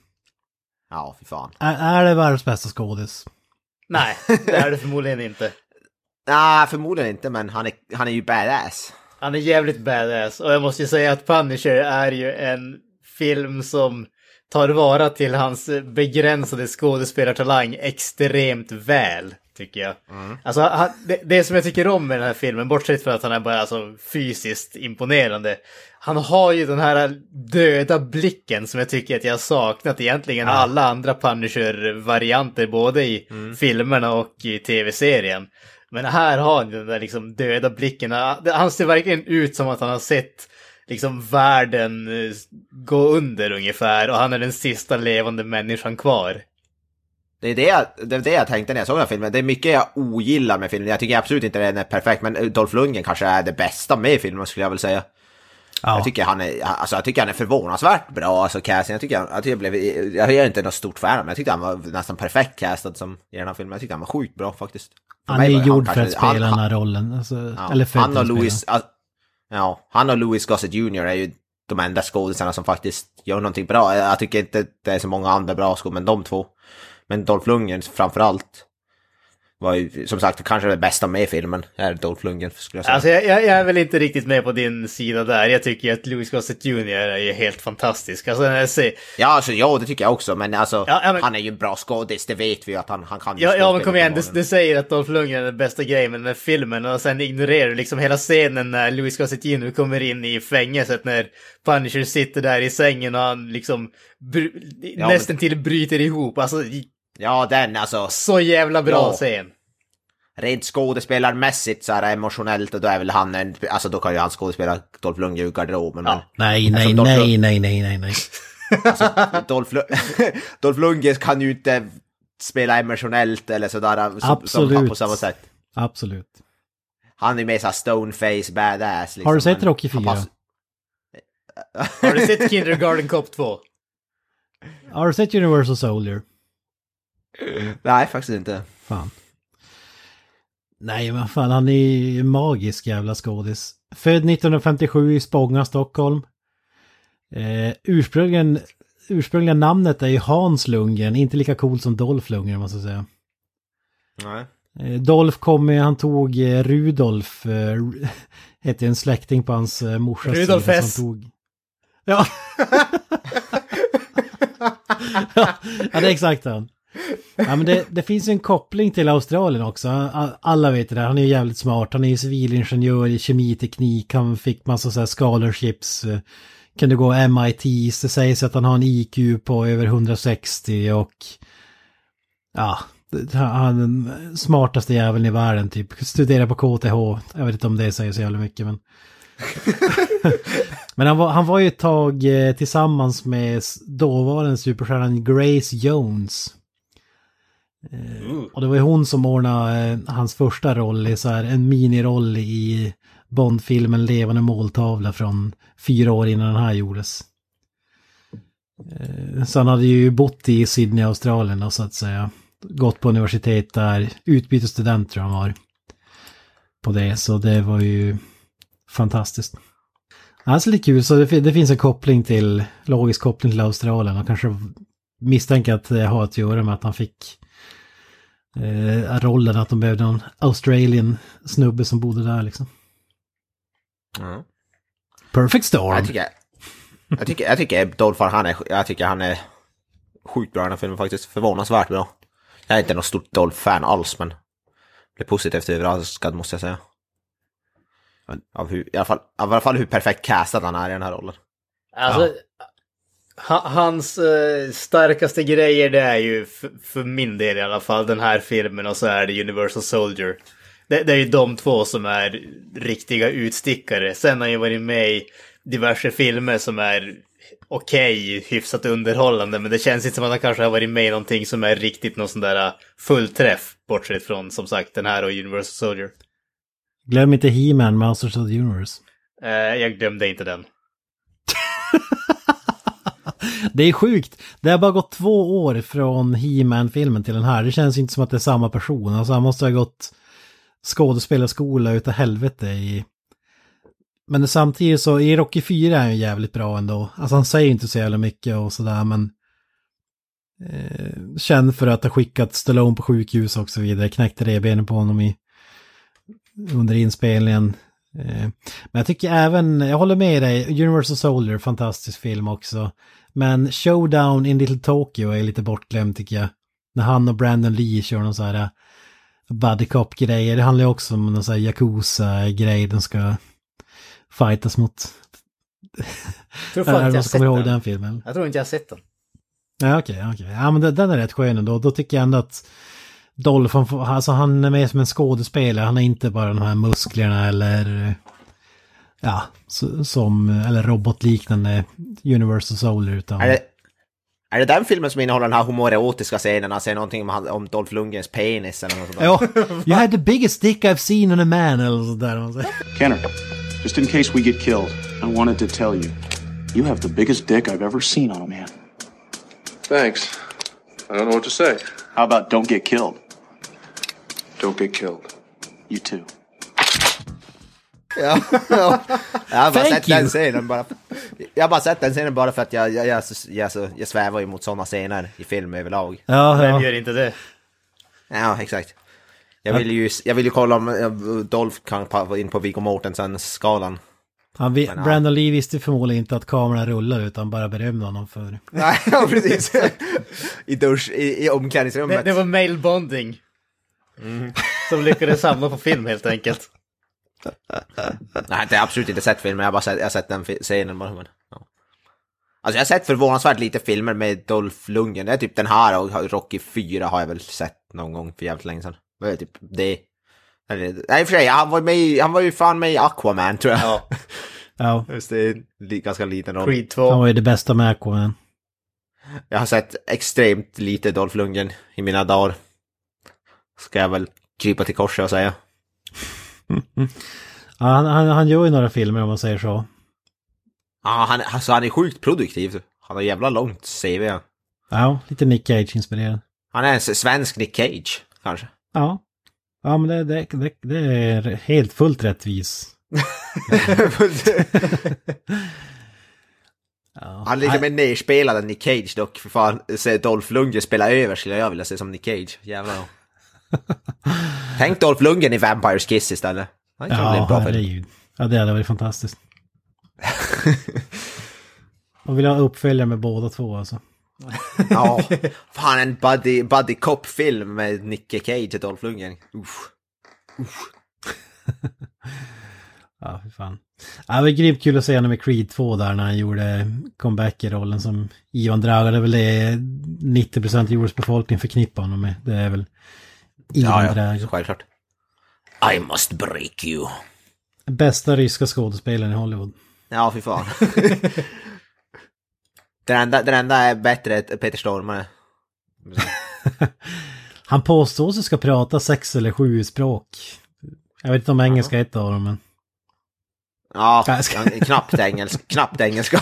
Ja, fy fan. Är, är det världens bästa skådis? Nej, det är det förmodligen inte. Nej, förmodligen inte, men han är, han är ju badass. Han är jävligt badass, och jag måste ju säga att Punisher är ju en film som tar vara till hans begränsade skådespelartalang extremt väl, tycker jag. Mm. Alltså, han, det, det som jag tycker om med den här filmen, bortsett från att han är bara alltså, fysiskt imponerande, han har ju den här döda blicken som jag tycker att jag har saknat egentligen ja. alla andra Punisher-varianter, både i mm. filmerna och i tv-serien. Men här har han den där liksom döda blicken. Han ser verkligen ut som att han har sett liksom världen gå under ungefär, och han är den sista levande människan kvar. Det är det, jag, det är det jag tänkte när jag såg den här filmen. Det är mycket jag ogillar med filmen. Jag tycker absolut inte den är perfekt, men Dolph Lundgren kanske är det bästa med filmen, skulle jag väl säga. Ja. Jag tycker han är alltså jag tycker han är förvånansvärt bra, alltså casting. Jag tycker jag, jag, tycker jag blev jag är inte något stort fan, men jag tyckte han var nästan perfekt castad som i den här filmen. Jag tycker han var sjukt bra faktiskt. För han är ju gjord för att spela han, den här rollen, alltså, ja, eller för han och att Louis ja, han och Louis Gossett junior är ju de enda skådespelarna som faktiskt gör någonting bra. Jag tycker inte det är så många andra bra skådespelare, men de två. Men Dolph Lundgren framförallt var ju, som sagt, kanske det bästa med filmen är Dolph Lundgren, skulle jag säga. Alltså jag, jag är väl inte riktigt med på din sida där. Jag tycker att Louis Gossett junior är ju helt fantastisk. Alltså när jag ser... Ja, alltså ja, det tycker jag också, men alltså ja, ja, men... han är ju en bra skådis, det vet vi ju att han, han kan. Ja, ja, men kom igen, det, det säger att Dolph Lundgren är den bästa grejen med den här filmen, och sen ignorerar du liksom hela scenen när Louis Gossett junior kommer in i fängelset, när Punisher sitter där i sängen och han liksom br- ja, nästan men... till bryter ihop. Alltså, ja, den alltså. Så jävla bra ja. scen. Rent skådespelarmässigt så är det emotionellt, och då är väl han en, alltså då kan ju han skådespela Dolph Lundgren i garderoben. Ja. Men, nej, nej, alltså, nej, Lund... nej, nej, nej, nej. Alltså, Dolph, L- Dolph Lundgren kan ju inte spela emotionellt eller sådär som, som han på samma sätt. Absolut. Han är ju mer såhär stoneface badass. Liksom. Har du sett Rocky fyra? Pass... Har du sett Kindergarten Cop två? Har du sett Universal Soldier? Nej, faktiskt inte. Fan. Nej, men fan, han är ju magisk jävla skådis. Född nittonhundrafemtiosju i Spånga, Stockholm. Eh, ursprungligen, ursprungliga namnet är ju Hans Lundgren, inte lika cool som Dolph Lundgren, måste jag säga. Nej. Eh, Dolph kom med, han tog eh, Rudolf, eh, hette en släkting på hans eh, morsas Rudolf sida S. som tog... Ja. ja, det är exakt han. Ja, men det, det finns en koppling till Australien också. Alla vet det där. Han är ju jävligt smart. Han är ju civilingenjör i kemiteknik. Han fick massa så här scholarships. Kunde gå M I T. Det sägs att han har en I Q på över hundrasextio och ja, han är den smartaste jäveln i världen typ. Studerar på K T H. Jag vet inte om det säger så jävla mycket, men men han var, han var ju ett tag eh, tillsammans med dåvarande superstjärnan Grace Jones. Eh, och det var ju hon som ordnade eh, hans första roll i så här, en miniroll i Bondfilmen Levande måltavla från fyra år innan den här gjordes. Eh, så han hade ju bott i Sydney, Australien och så att säga. Gått på universitet där, utbytesstudent tror jag han var på det, så det var ju fantastiskt. Alltså lite kul, så det, det finns en koppling till, logisk koppling till Australien, och kanske misstänker att det har att göra med att han fick eh, rollen, att de behövde en Australian snubbe som bodde där liksom. Mm. Perfect storm. Jag tycker, jag tycker, jag tycker Dolph, han är, jag tycker han är sjukt bra i den här filmen faktiskt, förvånansvärt bra. Jag är inte någon stort Dolph-fan alls, men det är positivt överraskad måste jag säga. Av hur, i, alla fall, av I alla fall hur perfekt castad han är i den här rollen. Alltså, ja. ha, hans uh, starkaste grejer det är ju f- för min del i alla fall den här filmen, och så är det Universal Soldier. det, det är ju de två som är riktiga utstickare. Sen har han ju varit med i diverse filmer som är okej, okay, hyfsat underhållande, men det känns inte som att han kanske har varit med i någonting som är riktigt någon sån där fullträff, bortsett från som sagt den här och Universal Soldier. Glöm inte He-Man, Masters of the Universe. Uh, jag glömde inte den. Det är sjukt. Det har bara gått två år från He-Man-filmen till den här. Det känns inte som att det är samma person. Alltså han måste ha gått skådespelarskola utav helvete i... Men samtidigt så i Rocky fyra är han ju jävligt bra ändå. Alltså han säger inte så jävla mycket och sådär, men eh, känd för att ha skickat Stallone på sjukhus och så vidare. Knäckte revbenen på honom i under inspelningen. Eh, men jag tycker även, jag håller med dig, Universal Soldier, fantastisk film också. Men Showdown in Little Tokyo är lite bortglömd tycker jag. När han och Brandon Lee kör någon så här buddy cop-grejer. Det handlar ju också om någon så här Yakuza-grej. De ska fightas mot... Jag tror jag jag kommer ihåg den filmen. Jag tror inte jag har sett den. Ja, okej, okay, okej. Okay. Ja, men den är rätt skön ändå. Då tycker jag ändå att Dolph, alltså han är med som en skådespelare. Han är inte bara de här musklerna eller... Ja, som... Eller robotliknande Universal Soldier, utan... Är det, är det den filmen som innehåller den här homoerotiska scenen? Han säger någonting om, om Dolph Lundgrens penis eller något sådär. Ja, you had the biggest dick I've seen on a man eller sådär. Kenner, just in case we get killed, I wanted to tell you, you have the biggest dick I've ever seen on a man. Thanks. I don't know what to say. How about don't get killed? Don't get killed. You too. Ja, ja. Jag har bara Thank sett you. den scenen bara. Jag har bara sett den scenen bara för att jag, jag, jag, jag, jag, jag svävar ju mot sådana scener i film överlag. Ja, Vem ja. gör inte det? Ja, exakt. Jag vill ju, jag vill ju kolla om Dolph kan gå in på Viggo Mortensen-skalan. Han vi, Men, Brandon Lee visste förmodligen inte att kameran rullar utan bara berömde honom för... Nej, ja, precis. I dusch, i, i omklädningsrummet. Det, det var male bonding. Mm. Som lyckades samla på film helt enkelt. Nej, jag har absolut inte sett filmen. Jag har bara sett, jag har sett den scenen bara. Men, ja. Alltså jag har sett förvånansvärt lite filmer med Dolph Lundgren. Det är typ den här och Rocky fyra har jag väl sett någon gång för jävligt länge sedan. Det är typ det. Eller, nej, för sig, han var med i, han var ju fan med i Aquaman tror jag. Ja. Ja, Just det är en ganska liten roll. Creed två. han var ju det bästa med Aquaman. Jag har sett extremt lite Dolph Lundgren i mina dagar. Ska jag väl krypa till korset och säga. Ja, han, han, han gör ju några filmer om man säger så. Ja, han, alltså, han är sjukt produktiv. Han har jävla långt C V. Ja, lite Nick Cage-inspirerad. Han är en svensk Nick Cage, kanske. Ja, ja men det, det, det, det är helt fullt rättvis. Ja. Han är lite mer nerspelad än Nick Cage dock. För fan, se Dolph Lundgren spela över skulle jag vilja se som Nick Cage. Jävlar. Tänk Dolph Lundgren i Vampires Kiss istället. Han kan bli Ja, en bra film. herregud. Ja, det hade varit fantastiskt. Och vill ha uppföljare med båda två alltså. Ja, fan en buddy, buddy cop-film med Nick Cage och Dolph Lundgren. Uff. Uff. Ja, för fan. Ja, det var grymt kul att se honom med Creed två där när han gjorde comeback i rollen som Ivan Drago. Det är väl det nittio procent jordens befolkning förknippar honom med. Det är väl Ivan Ja, Drago. ja, självklart. I must break you. Bästa ryska skådespelaren i Hollywood. Ja, fy fan. den, enda, den enda är bättre än Peter Stormare. Han påstår sig ska prata sex eller sju språk. Jag vet inte om engelska är ett av dem, men... Ja, Jag ska- knappt engelska. Knappt engelska.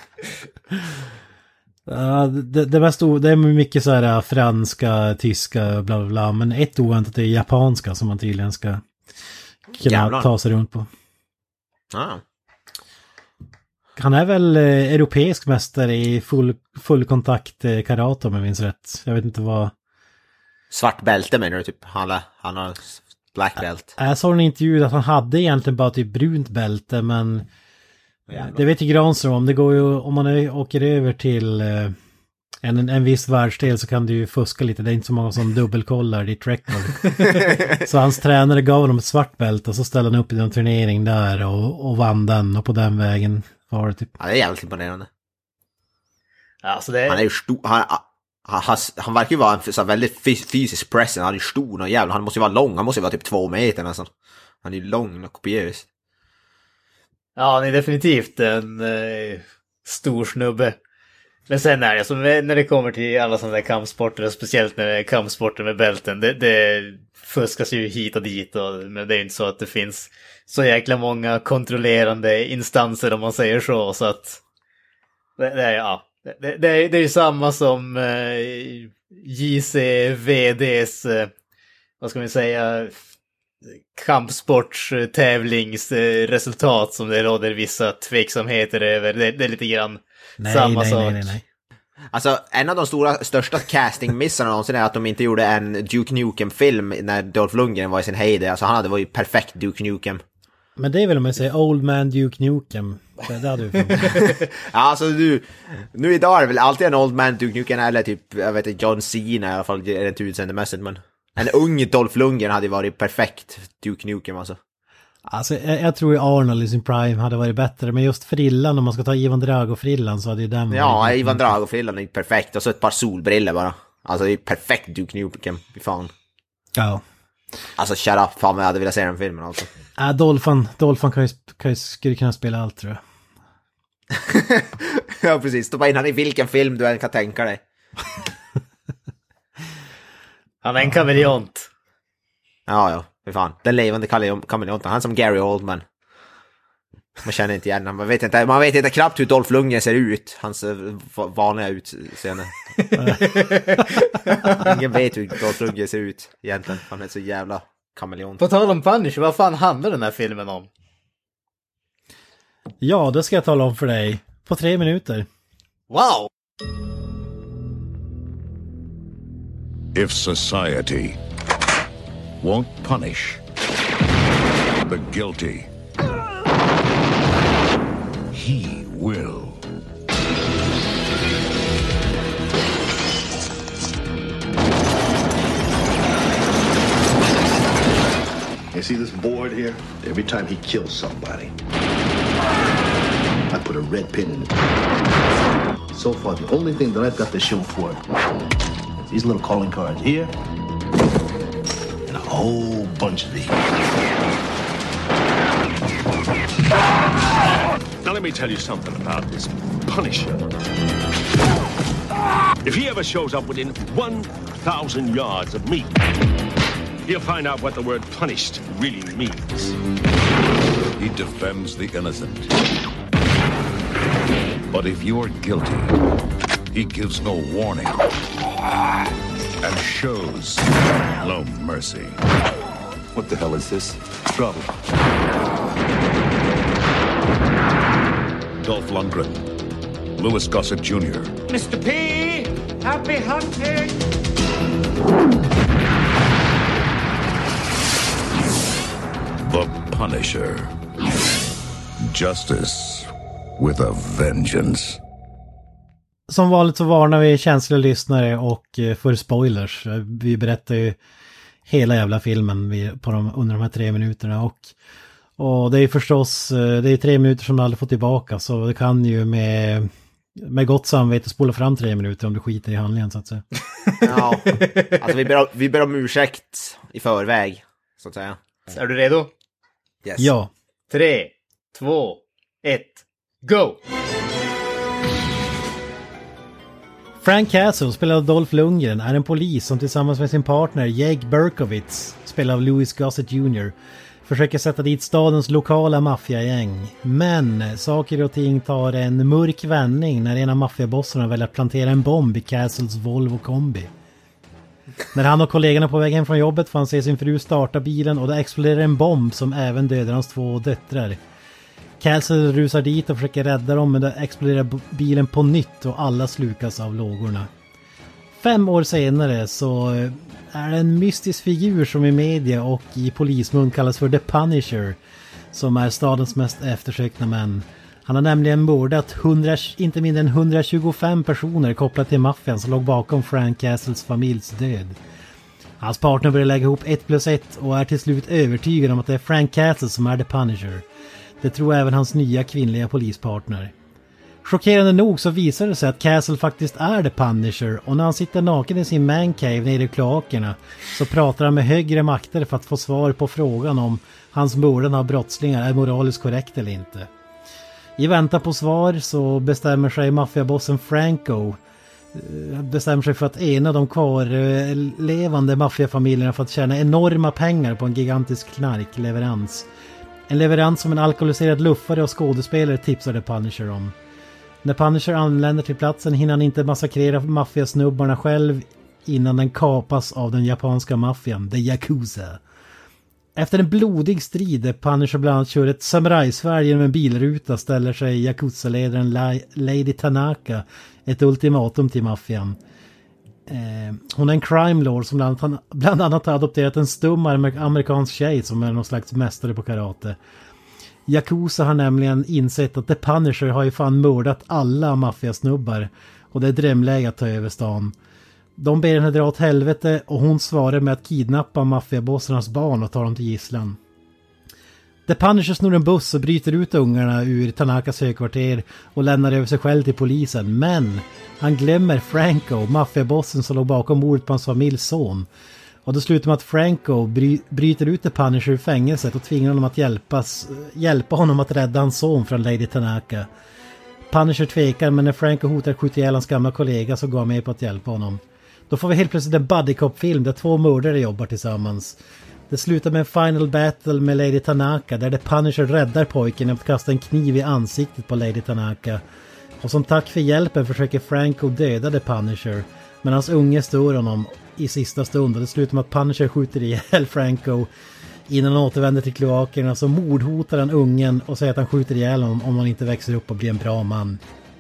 Ja, det, det, mest o, det är mycket så här franska, tyska, bla bla bla. Men ett oväntat är japanska som man tydligen ska kunna Jävlar. ta sig runt på. Ja. Han är väl eh, europeisk mästare i full, fullkontakt eh, karate om jag minns rätt. Jag vet inte vad... Svart bälte menar du typ? Han, han har black belt. Jag såg en intervju att han hade egentligen bara typ brunt bälte, men det vet ju Granström om. Det går ju, om man är, åker över till eh, en, en viss världsdel så kan du ju fuska lite. Det är inte så många som dubbelkollar ditt record. Så hans tränare gav honom ett svart bälte och så ställde han upp i en turnering där och, och vann den, och på den vägen var det typ... Ja, det är jävligt imponerande. Alltså det Han är ju stor, han, Han, han verkar ju vara en så väldigt fysisk presence. Han är ju stor och jävla. Han måste ju vara lång. Han måste ju vara typ två meter nästan. Han är ju lång och kopiös. Ja, han är definitivt en eh, stor snubbe. Men sen är det som när det kommer till alla sådana där kampsporter, och speciellt när det är kampsporter med bälten, det, det fuskas ju hit och dit, och, men det är ju inte så att det finns så jäkla många kontrollerande instanser, om man säger så, så att det, det är ja, det, det, är, det är ju samma som eh, J C V D:s eh, vad ska vi säga, kampsportstävlingsresultat som det råder vissa tveksamheter över. Det, det är lite grann nej, samma nej, sak. Nej, nej, nej. Alltså, en av de stora, största castingmissarna någonsin är att de inte gjorde en Duke Nukem-film när Dolph Lundgren var i sin heyday. Alltså, han hade varit perfekt Duke Nukem. Men det är väl om man säger Old Man Duke Nukem. Det, det hade du ja, alltså du, nu idag är det väl alltid en Old Man Duke Nukem, eller typ, jag vet inte, John Cena i alla fall, är det inte utseendemässigt, men en ung Dolph Lundgren hade varit perfekt Duke Nukem alltså. Alltså, jag, jag tror ju Arnold i sin prime hade varit bättre, men just frillan, om man ska ta Ivan Drago-frillan så hade ju den... Ja, Ivan Drago-frillan är perfekt, och så ett par solbriller bara. Alltså det är perfekt Duke Nukem, fy fan. Ja. Alltså shut up, fan, jag hade velat se den filmen alltså. Äh, Dolphin, Dolphin kan ju, kan ju, skulle kunna spela allt, tror jag. Ja, precis. Stoppa in han i vilken film du än kan tänka dig. Han är en kameleont. Ja, ja, för fan. Den levande kameleonten. Han som Gary Oldman. Man känner inte igen honom. Man vet inte, man vet inte knappt hur Dolph Lundgren ser ut. Hans vanliga utseende. Ingen vet hur Dolph Lundgren ser ut egentligen. Han är så jävla kameleont. På tal om Punisher, vad fan handlar den här filmen om? Ja, det ska jag tala om för dig. På tre minuter. Wow! If society won't punish the guilty, he will. You see this board here? Every time he kills somebody, I put a red pin in it. So far, the only thing that I've got to show for it is these little calling cards here and a whole bunch of these. Now let me tell you something about this Punisher. If he ever shows up within one thousand yards of me, he'll find out what the word punished really means. He defends the innocent. But if you're guilty, he gives no warning and shows no mercy. What the hell is this? Trouble. Dolph Lundgren, Louis Gossett Junior Mister P, happy hunting! The Punisher. Justice with a vengeance. Som vanligt så varnar vi känsliga lyssnare och för spoilers. Vi berättar ju hela jävla filmen på de, under de här tre minuterna. Och, och det är förstås, det är tre minuter som du aldrig får tillbaka. Så det kan ju med, med gott samvete spola fram tre minuter om du skiter i handlingen, så att säga. Ja, alltså vi ber, vi ber om ursäkt i förväg, så att säga. Är du redo? Yes. Ja. Tre, två, ett, go! Frank Castle, spelad av Dolph Lundgren, är en polis som tillsammans med sin partner Jake Berkowitz, spelad av Louis Gossett junior, försöker sätta dit stadens lokala maffiagäng. Men saker och ting tar en mörk vändning när en av maffiabossarna väljer att plantera en bomb i Castles Volvo kombi. När han och kollegorna på väg hem från jobbet får han se sin fru starta bilen och det exploderar en bomb som även dödar hans två döttrar. Castle rusar dit och försöker rädda dem, men då exploderar bilen på nytt och alla slukas av lågorna. Fem år senare så är det en mystisk figur som i media och i polismun kallas för The Punisher, som är stadens mest eftersökta män. Han har nämligen mördat hundra, inte mindre än hundratjugofem personer kopplat till maffian som låg bakom Frank Castles familjs död. Hans partner börjar lägga ihop ett plus ett och är till slut övertygad om att det är Frank Castle som är The Punisher. Det tror även hans nya kvinnliga polispartner. Chockerande nog så visar det sig att Castle faktiskt är The Punisher, och när han sitter naken i sin mancave nere i kloakerna så pratar han med högre makter för att få svar på frågan om hans mördande av brottslingar är moraliskt korrekt eller inte. I väntan på svar så bestämmer sig maffiabossen Franco bestämmer sig för att ena de kvarlevande maffiafamiljerna för att tjäna enorma pengar på en gigantisk knarkleverans. En leverans som en alkoholiserad luffare och skådespelare tipsar The Punisher om. När Punisher anländer till platsen hinner han inte massakrera maffiasnubbarna själv innan den kapas av den japanska maffian, the Yakuza. Efter en blodig strid där Punisher bland annat kör ett samurajsvärd genom en bilruta ställer sig Yakuza-ledaren Lady Tanaka ett ultimatum till maffian. Eh, hon är en crime lord som bland annat, bland annat har adopterat en stum amerikansk tjej som är någon slags mästare på karate. Yakuza har nämligen insett att The Punisher har ju fan mördat alla maffiasnubbar och det är drömläge att ta över stan. De ber henne dra åt helvete och hon svarar med att kidnappa maffiabossarnas barn och ta dem till gisslan. The Punisher snor en buss och bryter ut ungarna ur Tanakas högkvarter och lämnar över sig själv till polisen. Men han glömmer Franco, maffiabossen som låg bakom mordet på hans familjs son. Och då slutar med att Franco bry- bryter ut The Punisher ur fängelset och tvingar honom att hjälpas, hjälpa honom att rädda hans son från Lady Tanaka. Punisher tvekar, men när Franco hotar att skjuta ihjäl hans gamla kollega så går han med på att hjälpa honom. Då får vi helt plötsligt en buddy cop-film där två mördare jobbar tillsammans. Det slutar med en final battle med Lady Tanaka där The Punisher räddar pojken genom att kasta en kniv i ansiktet på Lady Tanaka. Och som tack för hjälpen försöker Franco döda The Punisher, men hans unge stör honom i sista stund och det slutar med att Punisher skjuter ihjäl Franco innan han återvänder till kloakerna. Så mordhotar han ungen och säger att han skjuter ihjäl honom om han inte växer upp och blir en bra man.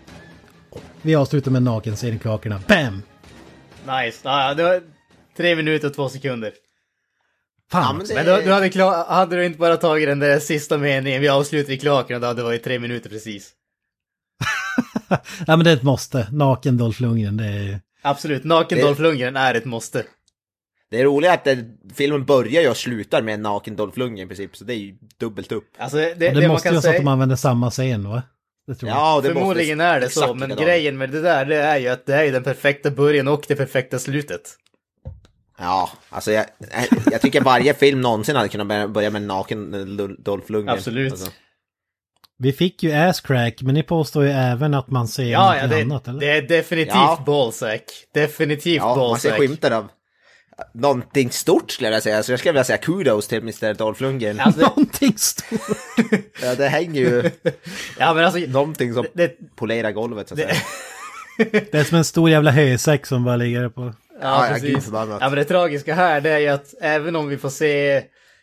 Vi avslutar med naken scen i kloakerna. Bam! Nice. Ja, det var tre minuter och två sekunder. Fan, ja, men det... men du, du hade, klar, hade du inte bara tagit den där sista meningen, vi avslutar i kloakerna, då hade det varit tre minuter precis. Ja, men det är ett måste. Naken Dolph Lundgren, det är... Absolut, naken det... Dolph Lundgren är ett måste. Det är roligt att det, filmen börjar ju och slutar med en naken Dolph Lundgren i princip, så det är ju dubbelt upp. Alltså, det, det, det måste ju vara så att de använder samma scen, va? Det tror jag. Ja, det förmodligen är det så, men grejen med det där, det är ju att det är ju den perfekta början och det perfekta slutet. Ja, alltså jag, jag tycker varje film någonsin hade kunnat börja med en naken Dolph Lundgren. Absolut. Alltså. Vi fick ju asscrack, men ni påstår ju även att man ser ja, något ja, det, annat, eller? det är definitivt ja. ballsack. Definitivt ja, ballsack. Man ser skymtar av någonting stort, skulle jag säga. Så jag skulle vilja säga kudos till mister Dolph Lundgren. Alltså, någonting stort. Ja, det hänger ju ja, men alltså, någonting som det, polerar golvet, så att det, säga. Det är som en stor jävla hösäck som bara ligger på. Ja, ja, precis. Ja, men det tragiska här, det är ju att även om vi får se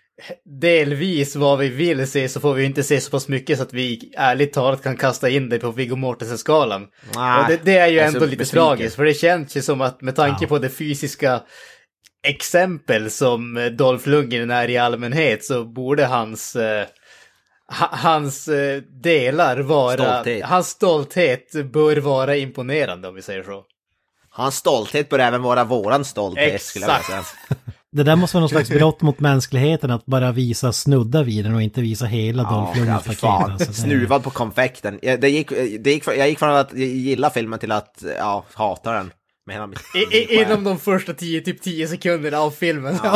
delvis vad vi vill se, så får vi inte se så pass mycket så att vi ärligt talat kan kasta in det på Viggo Mortensen-skalan. Ah, och det, det är ju ändå lite besviken. Tragiskt, för det känns ju som att med tanke ja. på det fysiska exempel som Dolph Lundgren är i allmänhet, så borde hans eh, hans eh, delar vara stolthet. Hans stolthet bör vara imponerande, om vi säger så. Hans stolthet bör även vara våran stolthet. Exakt. Skulle jag säga. Det där måste vara någon slags brott mot mänskligheten, att bara visa snudda vid den och inte visa hela Dolph Lundgrens paket. Alltså, det... Snuvad på konfekten. Det gick, det gick, jag gick från att gilla filmen till att ja, hata den. Med hela mitt, I, i, inom de första tio, typ tio sekunderna av filmen. Ja,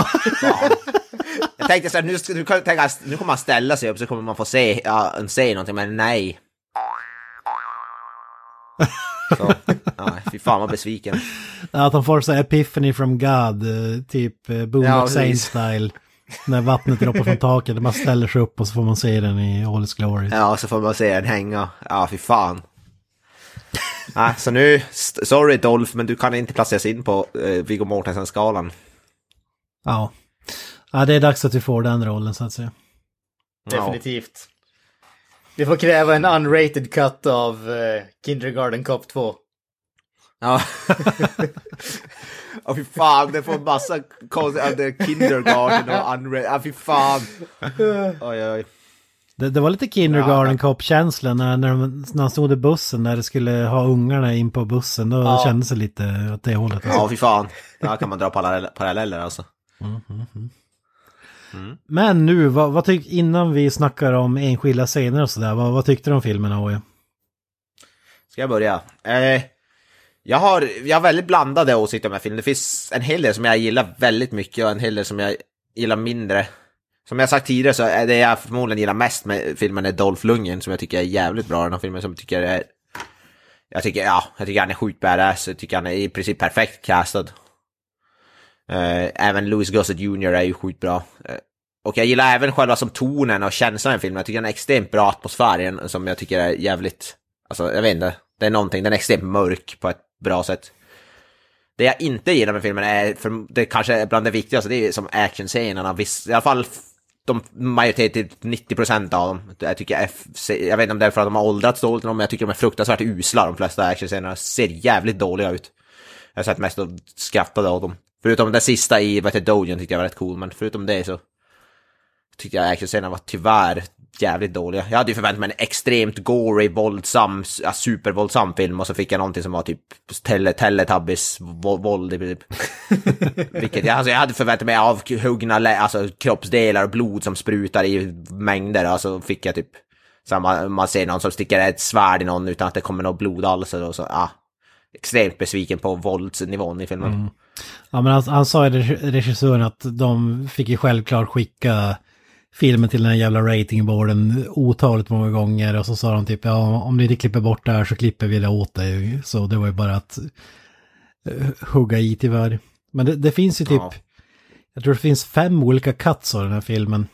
jag tänkte så här, nu, nu, tänka, nu kommer man ställa sig upp så kommer man få se, ja, se någonting, men nej. Så, ja, fy fan vad besviken. Att de får så epiphany from God, typ Boondock Saints-style. När vattnet droppar från taket, där man ställer sig upp och så får man se den i all its glory. Ja, så får man se den hänga. Ja, fy fan. Ja, så nu, sorry Dolph, men du kan inte placeras in på eh, Viggo Mortensen-skalan. Ja. Ja, det är dags att vi får den rollen, så att säga. Definitivt. Vi får kräva en unrated cut av uh, Kindergarten Cop två. Ja. Ja, fy fan, det får massa konstiga Kindergarten och unrated. Ja, fy fan. Oj, oj. Det, det var lite Kindergarten ja. Cop-känsla när, när, de, när han stod i bussen, när det skulle ha ungarna in på bussen. Då ja. kändes det lite åt det hållet. Alltså. Ja, fy fan. Där kan man dra parallell, paralleller alltså. Mm, mm, mm. Mm. Men nu, vad, vad tyck, innan vi snackar om enskilda scener och sådär, vad, vad tyckte du om filmen, Oje? Ska jag börja? Eh, jag, har, jag har väldigt blandade åsikter om den här filmen. Det finns en hel del som jag gillar väldigt mycket och en hel del som jag gillar mindre. Som jag sagt tidigare så är det jag förmodligen gillar mest med filmen är Dolph Lundgren som jag tycker är jävligt bra. Den här filmen som jag tycker är... Jag tycker, ja, jag tycker han är sjukt badass. Jag tycker han är i princip perfekt castad. Eh, även Louis Gossett junior är ju sjukt bra. Eh, och jag gillar även själva som tonen och känslan i filmen. Jag tycker den är extremt bra atmosfären som jag tycker är jävligt... Alltså, jag vet inte. Det är någonting. Den är extremt mörk på ett bra sätt. Det jag inte gillar med filmen är, för det kanske är bland det viktigaste, det är som actionscenerna. I alla fall de majoritet till nittio procent av dem. Jag tycker jag, jag vet inte om det är för att de har åldrats dåligt, men jag tycker de är fruktansvärt usla. De flesta actionscenerna ser jävligt dåliga ut. Jag har sett mest och skrattade av dem. Förutom det sista i vad heter Dogen tyckte jag var rätt cool, men förutom det så tyckte jag actionscenerna var tyvärr jävligt dåliga. Jag hade ju förväntat mig en extremt gory, våldsam, ja, supervåldsam film och så fick jag någonting som var typ tele, Teletubbies våld i princip. Vilket jag, alltså, jag hade förväntat mig av huggna alltså, kroppsdelar och blod som sprutar i mängder. Alltså fick jag typ samma, man ser någon som sticker ett svärd i någon utan att det kommer något blod alls. Och så, ah, extremt besviken på våldsnivån i filmen. Mm. Ja, men han, han sa i regissören att de fick ju självklart skicka filmen till den här jävla ratingboarden otaligt många gånger och så sa de typ, ja, om ni inte klipper bort det här så klipper vi det åt dig. Så det var ju bara att uh, hugga i tyvärr. Men det, det finns ju typ, ja. Jag tror det finns fem olika cuts av den här filmen.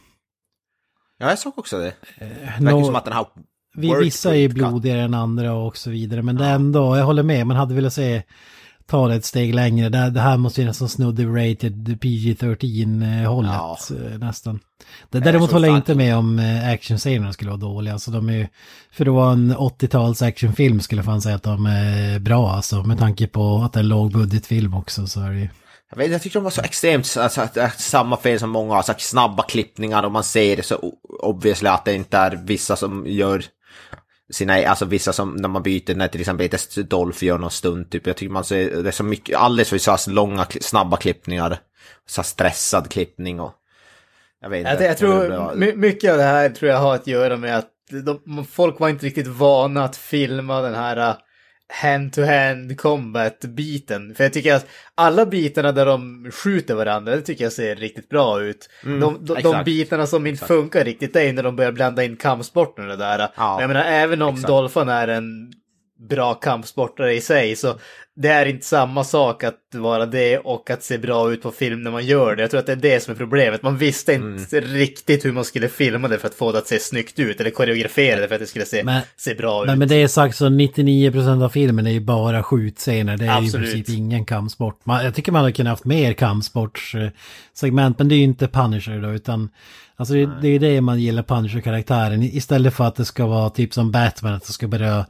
Ja, jag såg också det. Uh, det verkar som att den har vi vissa är blodigare än andra och så vidare, men ja. Det är ändå, jag håller med, man hade velat se ta det ett steg längre. Det, det här måste ju nästan snudda rated P G tretton-hållet ja. nästan. Det, däremot håller jag inte med om actionscenerna skulle vara dåliga. Alltså de är ju, för det var en åttio-tals actionfilm skulle fan säga att de är bra alltså. Med tanke på att det är lågbudgetfilm också så är det ju... Jag vet, jag tycker de var så extremt, alltså, att, att, samma fel som många har sagt, snabba klippningar och man ser det så obviously att det inte är vissa som gör sina, alltså vissa som när man byter, när till exempel inte Dolph gör någon stund typ, jag tycker man ser det är så mycket, alldeles för så långa snabba klippningar, så stressad klippning och jag vet inte. Jag, jag tror my, mycket av det här tror jag har att göra med att de, folk var inte riktigt vana att filma den här hand-to-hand combat-biten. För jag tycker att alla bitarna där de skjuter varandra, det tycker jag ser riktigt bra ut. Mm, de, de, de bitarna som inte exakt. funkar riktigt, det är när de börjar blanda in kampsporten och det där. Ja, jag menar, även om exakt. Dolphan är en bra kampsportare i sig, så det är inte samma sak att vara det och att se bra ut på film när man gör det. Jag tror att det är det som är problemet. Man visste inte mm. riktigt hur man skulle filma det för att få det att se snyggt ut, eller koreografera det för att det skulle se, men, se bra men, ut. Men det är sagt så nittionio procent av filmen är ju bara skjutscener. Det är Absolut. ju i princip ingen kampsport. Man, jag tycker man hade kunnat haft mer kampsportssegment, men det är ju inte Punisher då, utan alltså det, det är det man gillar Punisher-karaktären. Istället för att det ska vara typ som Batman, att det ska börja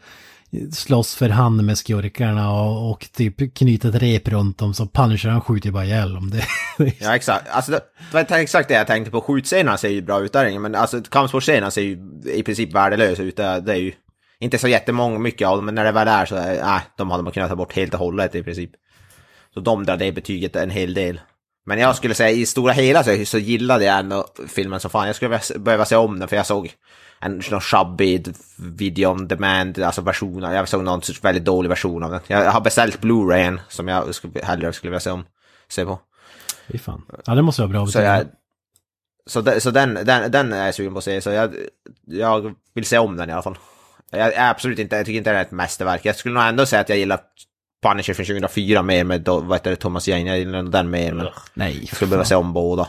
slåss för hand med skurkarna och, och typ knyta ett rep runt dem, så Punisher han skjuter bara ihjäl om det. Ja, exakt. Alltså det var exakt det jag tänkte på. Skjutscenerna ser ju bra ut där, men alltså kampsportscenerna ser ju i princip värdelösa ut. Det är ju inte så jättemånga mycket av dem, men när det väl är så nej, de hade man kunnat ta bort helt och hållet i princip. Så de där det betyget en hel del. Men jag skulle säga i stora hela så, så gillade jag ändå filmen som fan. Jag skulle behöva se om den, för jag såg en någon shabby video on demand, alltså version. Jag såg någon väldigt dålig version av den. Jag har beställt Blu-rayen som jag skulle, hellre skulle vilja se om. Se på. Fy fan. Ja, det måste vara bra. Så, jag, så, de, så den, den, den är jag sugen på att se. Så jag, jag vill se om den i alla fall. Jag är absolut inte, jag tycker inte det är ett mästerverk. Jag skulle nog ändå säga att jag gillar Punisher från tjugohundrafyra mer med, vad heter det, Thomas Jane. Jag gillar den mer, men nej, jag skulle behöva se om båda.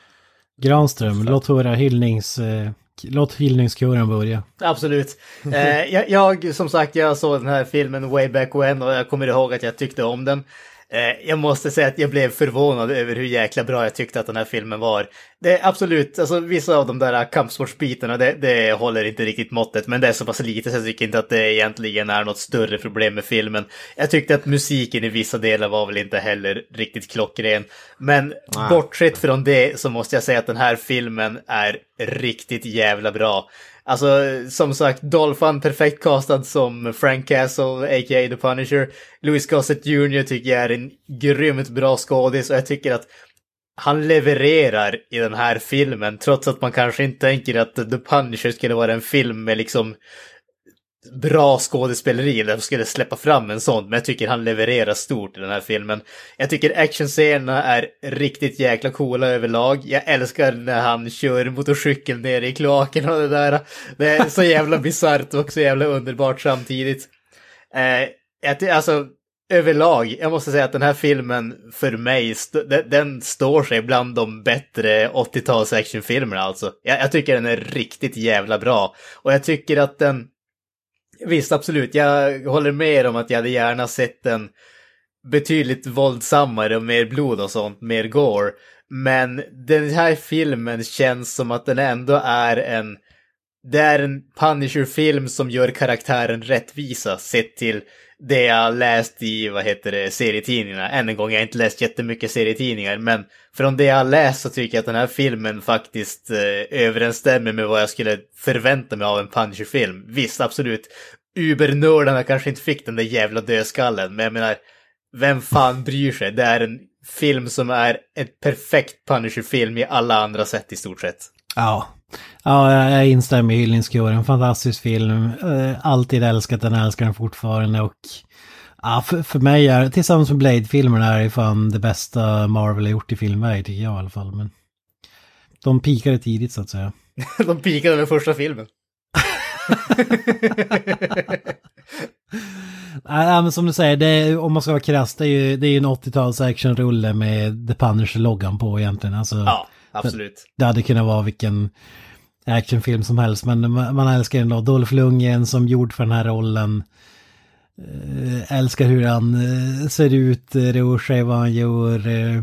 Granström, låt höra hyllnings... Eh... Låt hyllningskören börja. Absolut. Eh, jag, jag, som sagt, jag såg den här filmen way back when och jag kommer ihåg att jag tyckte om den. Eh, jag måste säga att jag blev förvånad över hur jäkla bra jag tyckte att den här filmen var. Det är absolut, alltså vissa av de där kampsportsbitarna, det, det håller inte riktigt måttet, men det är så pass lite så jag tycker inte att det egentligen är något större problem med filmen. Jag tyckte att musiken i vissa delar var väl inte heller riktigt klockren, men ah. bortsett från det så måste jag säga att den här filmen är riktigt jävla bra. Alltså, som sagt, Dolphan perfekt castad som Frank Castle, a k a. The Punisher. Louis Gossett junior tycker jag är en grymt bra skådis och jag tycker att han levererar i den här filmen, trots att man kanske inte tänker att The Punisher skulle vara en film med liksom bra skådespeleri eller skulle släppa fram en sån, men jag tycker han levererar stort i den här filmen. Jag tycker actionscenerna är riktigt jäkla coola överlag. Jag älskar när han kör motorcykeln ner i kloaken och det där. Det är så jävla bizarrt och så jävla underbart samtidigt. Eh, jag, alltså, överlag, jag måste säga att den här filmen för mig, st- den, den står sig bland de bättre åttio-tals actionfilmerna alltså. Jag, jag tycker den är riktigt jävla bra. Och jag tycker att den, visst absolut, jag håller med om att jag hade gärna sett den betydligt våldsammare och mer blod och sånt, mer gore. Men den här filmen känns som att den ändå är en, det är en Punisher-film som gör karaktären rättvisa sett till det jag läst i, vad heter det, serietidningarna. Än en gång, jag har inte läst jättemycket serietidningar, men från det jag läst så tycker jag att den här filmen faktiskt eh, överensstämmer med vad jag skulle förvänta mig av en Punisher-film. Visst, absolut, ubernördarna kanske inte fick den där jävla dödskallen, men jag menar, vem fan bryr sig? Det är en film som är ett perfekt Punisher-film i alla andra sätt i stort sett. Ja, ja jag, jag instämmer i hyllningskören. En fantastisk film. Alltid älskat den, älskar den fortfarande. Och ja, för, för mig är, tillsammans med Blade-filmerna, är det fan det bästa Marvel har gjort i filmväg, tycker jag i alla fall. Men de pikade tidigt, så att säga. De pikade med första filmen. Nej, men som du säger, det är, om man ska vara krass, det är ju det är en åttio-tals actionrulle med The Punisher-loggan på egentligen. Alltså, ja, absolut. Det hade kunnat vara vilken actionfilm som helst, men man, man älskar ändå Dolph Lundgren som gjord för den här rollen. Äh, älskar hur han äh, ser ut, rör sig, vad han gör. Äh,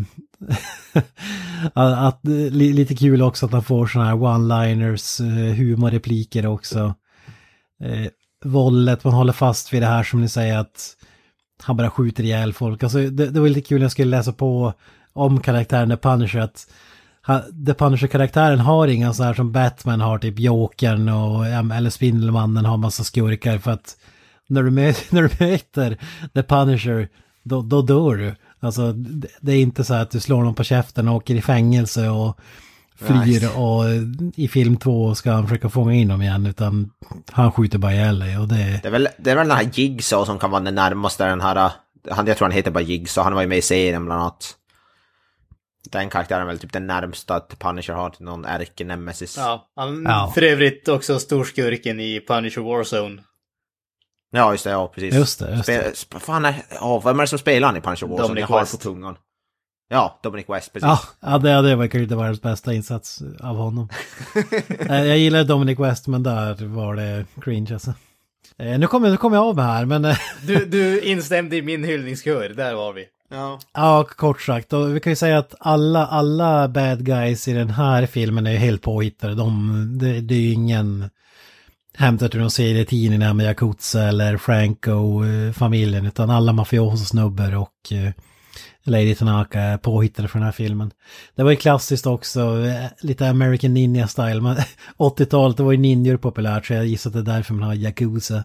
att, li, lite kul också att han får såna här one-liners, äh, humorrepliker också. Äh, våldet, man håller fast vid det här som ni säger, att han bara skjuter ihjäl folk. Alltså, det, det var lite kul när jag skulle läsa på om karaktären The Punisher, att han, The Punisher-karaktären har inga så här som Batman har, typ Jokern och, eller Spindelmannen har massa skurkar, för att när du möter, när du möter The Punisher då, då dör du. Alltså, det, det är inte så att du slår någon på käften och åker i fängelse och flyr, nice. Och i film två ska han försöka fånga in dem igen, utan han skjuter bara ihjäl dig, och det... Det är väl, det är väl den här Jigsaw som kan vara den närmaste, den här, han, jag tror han heter bara Jigsaw, han var ju med i serien bland annat. Den karaktären är väl typ den närmsta att Punisher har till någon ärkenemesis. Ja, han ja. För övrigt också storskurken i Punisher Warzone. Ja, just det, ja, precis. Just det, just det. Spe, fan är, ja, vem är det som spelar han i Punisher Warzone? Dominic jag har West. på tungan. Ja, Dominic West, precis. Ja, ja det, det var ju världens bästa insats av honom. Jag gillar Dominic West, men där var det cringe alltså. Nu kommer, nu kommer jag av med här, men... du, du instämde i min hyllningskör, där var vi. Ja. Ja, kort sagt. Och vi kan ju säga att alla, alla bad guys i den här filmen är helt påhittade. De, det, det är ju ingen hämtat ur någon serietidningar med Yakuza eller Franco-familjen, utan alla mafioso-snubbar och uh, Lady Tanaka är påhittade för den här filmen. Det var ju klassiskt också, lite American Ninja-style. Men åttio-talet, det var ju ninjor populärt, så jag gissar att det är därför man har Yakuza.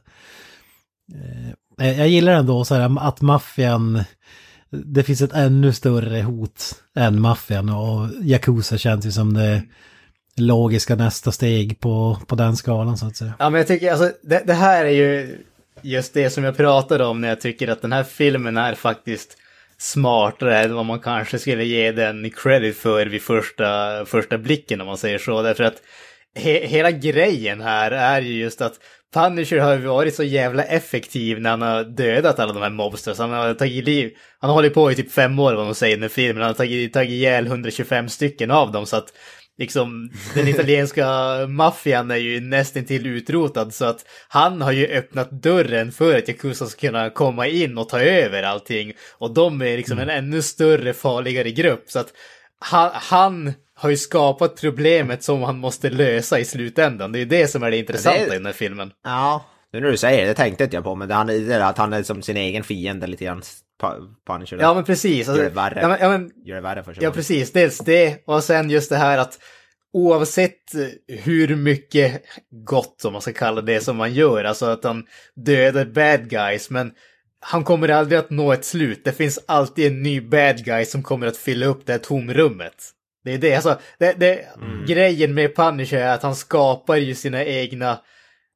Uh, jag gillar ändå så här att maffian... Det finns ett ännu större hot än maffian, och Yakuza känns ju som det logiska nästa steg på, på den skalan, så att säga. Ja, men jag tycker alltså det, det här är ju just det som jag pratade om när jag tycker att den här filmen är faktiskt smartare än vad man kanske skulle ge den credit för vid första, första blicken, om man säger så. Därför att he, hela grejen här är ju just att Punisher har ju varit så jävla effektiv när han har dödat alla de här mobsters. Han har tagit liv. Han har hållit på i typ fem år, vad man säger i den filmen. Han har tagit, tagit ihjäl hundratjugofem stycken av dem, så att liksom den italienska maffian är ju nästan till utrotad, så att han har ju öppnat dörren för att Yakuza ska kunna komma in och ta över allting, och de är liksom en ännu större, farligare grupp, så att han, han har ju skapat problemet som han måste lösa i slutändan. Det är ju det som är det intressanta det är... i den här filmen. Ja, nu när du säger det, det tänkte inte jag på, men det är att han är som sin egen fiende lite grann. Punisher. Ja, men precis. Alltså, gör det värre. Ja, men, ja, men, gör det värre för sig. Ja, precis. Dels det, och sen just det här att oavsett hur mycket gott, som man ska kalla det, som man gör, alltså att han dödar bad guys, men han kommer aldrig att nå ett slut. Det finns alltid en ny bad guy som kommer att fylla upp det här tomrummet. Det är det, alltså, det, det, mm. grejen med Punisher är att han skapar ju sina egna,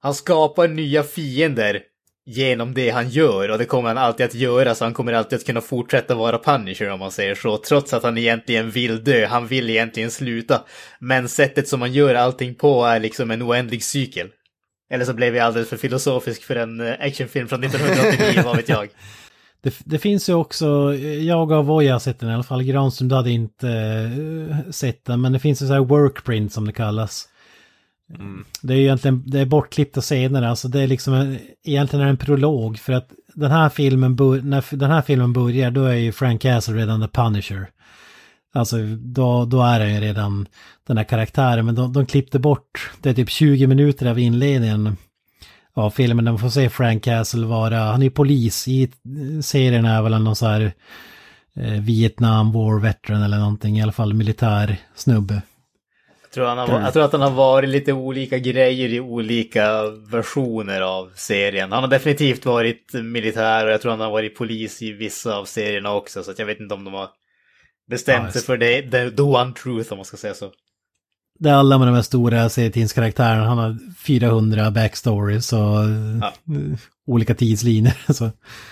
han skapar nya fiender genom det han gör, och det kommer han alltid att göra, så han kommer alltid att kunna fortsätta vara Punisher om man säger så, trots att han egentligen vill dö, han vill egentligen sluta, men sättet som man gör allting på är liksom en oändlig cykel. Eller så blev jag alldeles för filosofisk för en actionfilm från nittonhundraåttionio, vad vet jag. Det, det finns ju också, jag och Voja har sett den i alla fall, Granström du hade inte uh, sett den, men det finns ju så här workprint som det kallas. Mm. Det är egentligen, det är bortklippta scener, alltså det är liksom en, egentligen en prolog, för att den här filmen bör, när den här filmen börjar, då är ju Frank Castle redan The Punisher. Alltså då, då är han ju redan den här karaktären, men de, de klippte bort, det är typ tjugo minuter av inledningen av filmen där man får se Frank Castle vara, han är ju polis i serien, är väl någon så här eh, Vietnam War veteran eller någonting, i alla fall militär snubbe. Jag tror, han har, jag tror att han har varit lite olika grejer i olika versioner av serien. Han har definitivt varit militär, och jag tror han har varit polis i vissa av serierna också, så att jag vet inte om de har bestämt ja, sig för det, the, the one truth, om man ska säga så. Det är alla med de här stora serietidskaraktärerna. Han har fyrahundra backstories och ja. olika tidslinjer. Så.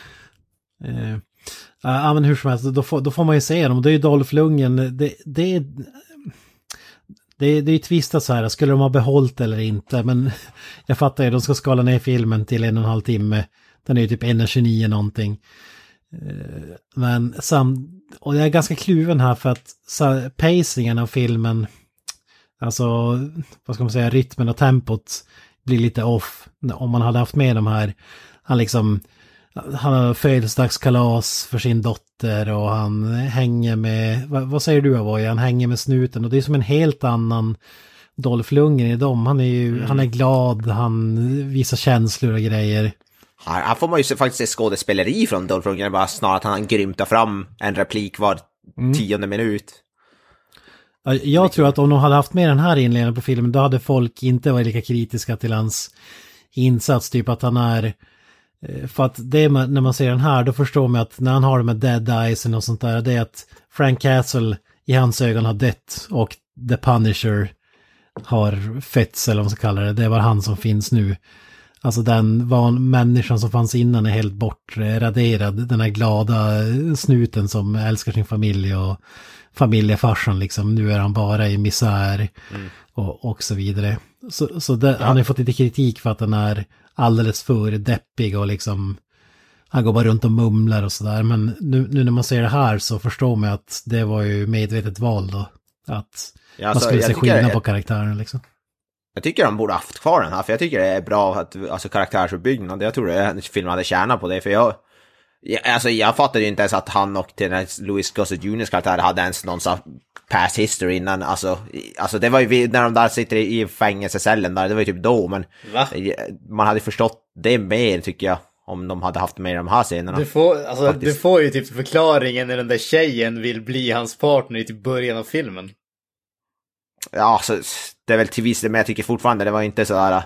Eh, ja, men hur som helst, då får, då får man ju se dem. Det är ju Dolph Lundgren. Det, det, det, det är ju tvistat så här. Skulle de ha behållit eller inte? Men jag fattar ju, de ska skala ner filmen till en och en halv timme. Den är ju typ en tjugonio någonting. Eh, men sam, och jag är ganska kluven här för att så, pacingen av filmen, alltså, vad ska man säga, rytmen och tempot blir lite off om man hade haft med de här. Han liksom, han har födelsedagskalas för sin dotter och han hänger med, vad, vad säger du Avoy? Han hänger med snuten, och det är som en helt annan Dolph Lundgren i dem. Han är ju, mm. han är glad, han visar känslor och grejer. Här får man ju faktiskt se skådespeleri från Dolph Lundgren, bara snarare att han grymtar fram en replik var mm. tionde minut. Jag tror att om de hade haft med den här inledningen på filmen, då hade folk inte varit lika kritiska till hans insats, typ att han är, för att det när man ser den här, då förstår man att när han har det med dead eyes och sånt där, det är att Frank Castle i hans ögon har dött och The Punisher har fötts, eller vad man ska kalla det, det var han som finns nu. Alltså den var människan som fanns innan är helt bortraderad, den här glada snuten som älskar sin familj och familjefarsan liksom, nu är han bara i misär mm. och, och så vidare. Så, så det, ja. Han har fått lite kritik för att den är alldeles för deppig och liksom, han går bara runt och mumlar och sådär. Men nu, nu när man ser det här så förstår man att det var ju medvetet val då. Att ja, man skulle se skillnad jag, på karaktären liksom. Jag tycker de borde haft kvar den här, för jag tycker det är bra att, alltså karaktärsuppbyggnad. Jag tror det filmen hade tjänat på det, för jag Ja, alltså jag fattade ju inte ens att han och till Louis Gossett juniors karaktär hade ens någon sån past history innan, alltså, alltså det var ju när de där sitter i fängelsecellen där, det var ju typ då, men Va? man hade förstått det mer tycker jag, om de hade haft med de här scenerna. Du får, alltså, du får ju typ förklaringen när den där tjejen vill bli hans partner i typ början av filmen. Ja, alltså, det är väl till viss, men jag tycker fortfarande det var inte så där.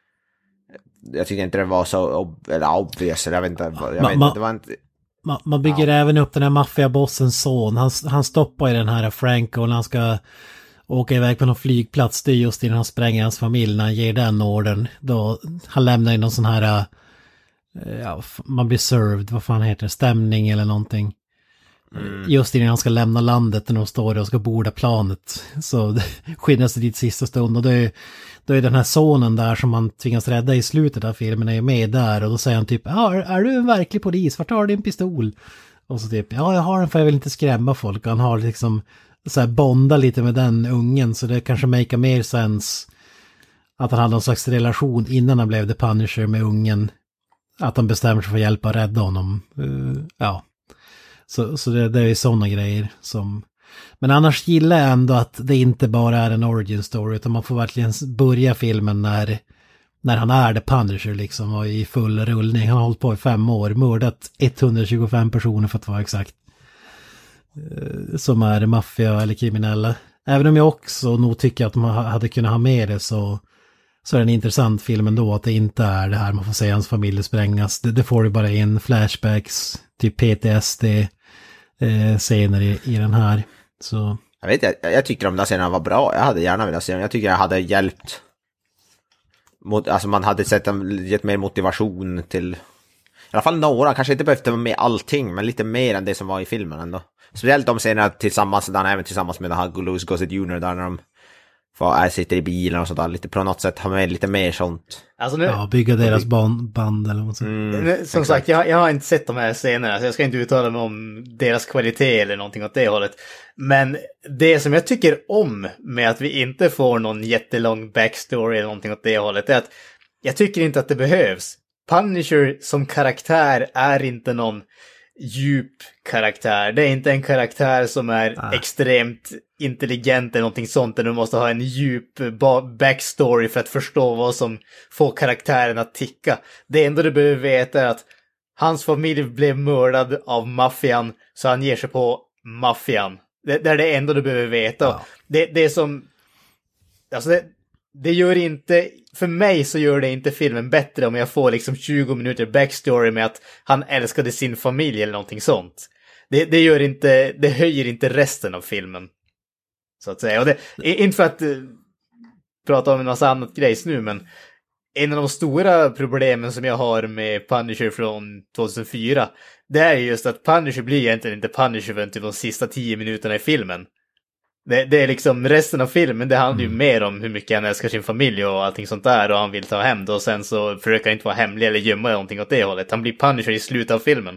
Jag tycker inte det var så eller obvious, jag vet inte, jag man, vet inte, det var inte man, man bygger ja. även upp den här maffiabossens son. Han, han stoppar i den här Franco när han ska åka iväg på någon flygplats. Det är just innan han spränger hans familj, när han ger den orden. Då han lämnar in någon sån här, ja, man blir served, vad fan heter det, stämning eller någonting. Mm. Just innan han ska lämna landet när de står där och ska borda planet. Så skyndas det dit sista stund, och då är, då är den här sonen där som man tvingas rädda i slutet av filmen är med där, och då säger han typ, ja, är du en verklig polis? Vart har du din pistol? Och så typ, ja, jag har den för jag vill inte skrämma folk. Och han har liksom så här bonda lite med den ungen, så det kanske make mer sens att han hade någon slags relation innan han blev The Punisher med ungen, att han bestämmer sig för att hjälpa och rädda honom. Uh, ja. Så, så det, det är sådana grejer som... Men annars gillar jag ändå att det inte bara är en origin story, utan man får verkligen börja filmen när, när han är The Punisher liksom, och i full rullning. Han har hållit på i fem år, mördat etthundratjugofem personer för att vara exakt, som är maffia eller kriminella. Även om jag också nog tycker att man hade kunnat ha med det, så, så är det en intressant film ändå, att det inte är det här man får se hans familj sprängas. Det, det får du bara in flashbacks, typ P T S D eh, scener i, i den här. Så. Jag vet, jag, jag tycker de där scenerna var bra. Jag hade gärna velat se dem. Jag tycker jag hade hjälpt alltså man hade sett dem gett mer motivation till, i alla fall några, kanske inte behövde med allting, men lite mer än det som var i filmen ändå. Speciellt de scenerna tillsammans, där även tillsammans med den här Louis Gossett junior där när de får, sitter i bilen och sådär, lite på något sätt har med lite mer sånt. Alltså nu, ja, bygga deras band, band eller något sånt. Mm, nu, som exakt. sagt, jag, jag har inte sett de här scenerna, så jag ska inte uttala mig om deras kvalitet eller någonting åt det hållet. Men det som jag tycker om med att vi inte får någon jättelång backstory eller någonting åt det hållet är att jag tycker inte att det behövs. Punisher som karaktär är inte någon djup karaktär. Det är inte en karaktär som är ah. extremt intelligent eller någonting sånt, där du måste ha en djup backstory för att förstå vad som får karaktären att ticka. Det enda du behöver veta är att hans familj blev mördad av maffian, så han ger sig på maffian. Det, det är det enda du behöver veta. Ja. Det, det är som... Alltså det, det gör inte... För mig så gör det inte filmen bättre om jag får liksom tjugo minuter backstory med att han älskade sin familj eller någonting sånt. Det, det gör inte... Det höjer inte resten av filmen. Så att säga. Och det, inte för att uh, prata om en massa annat grejs nu, men en av de stora problemen som jag har med Punisher från tjugohundrafyra, det är just att Punisher blir egentligen inte Punisher för typ de sista tio minuterna i filmen. Det, det är liksom resten av filmen, det handlar mm. ju mer om hur mycket han älskar sin familj och allting sånt där, och han vill ta hem det, och sen så försöker han inte vara hemlig eller gömma någonting åt det hållet. Han blir Punisher i slutet av filmen.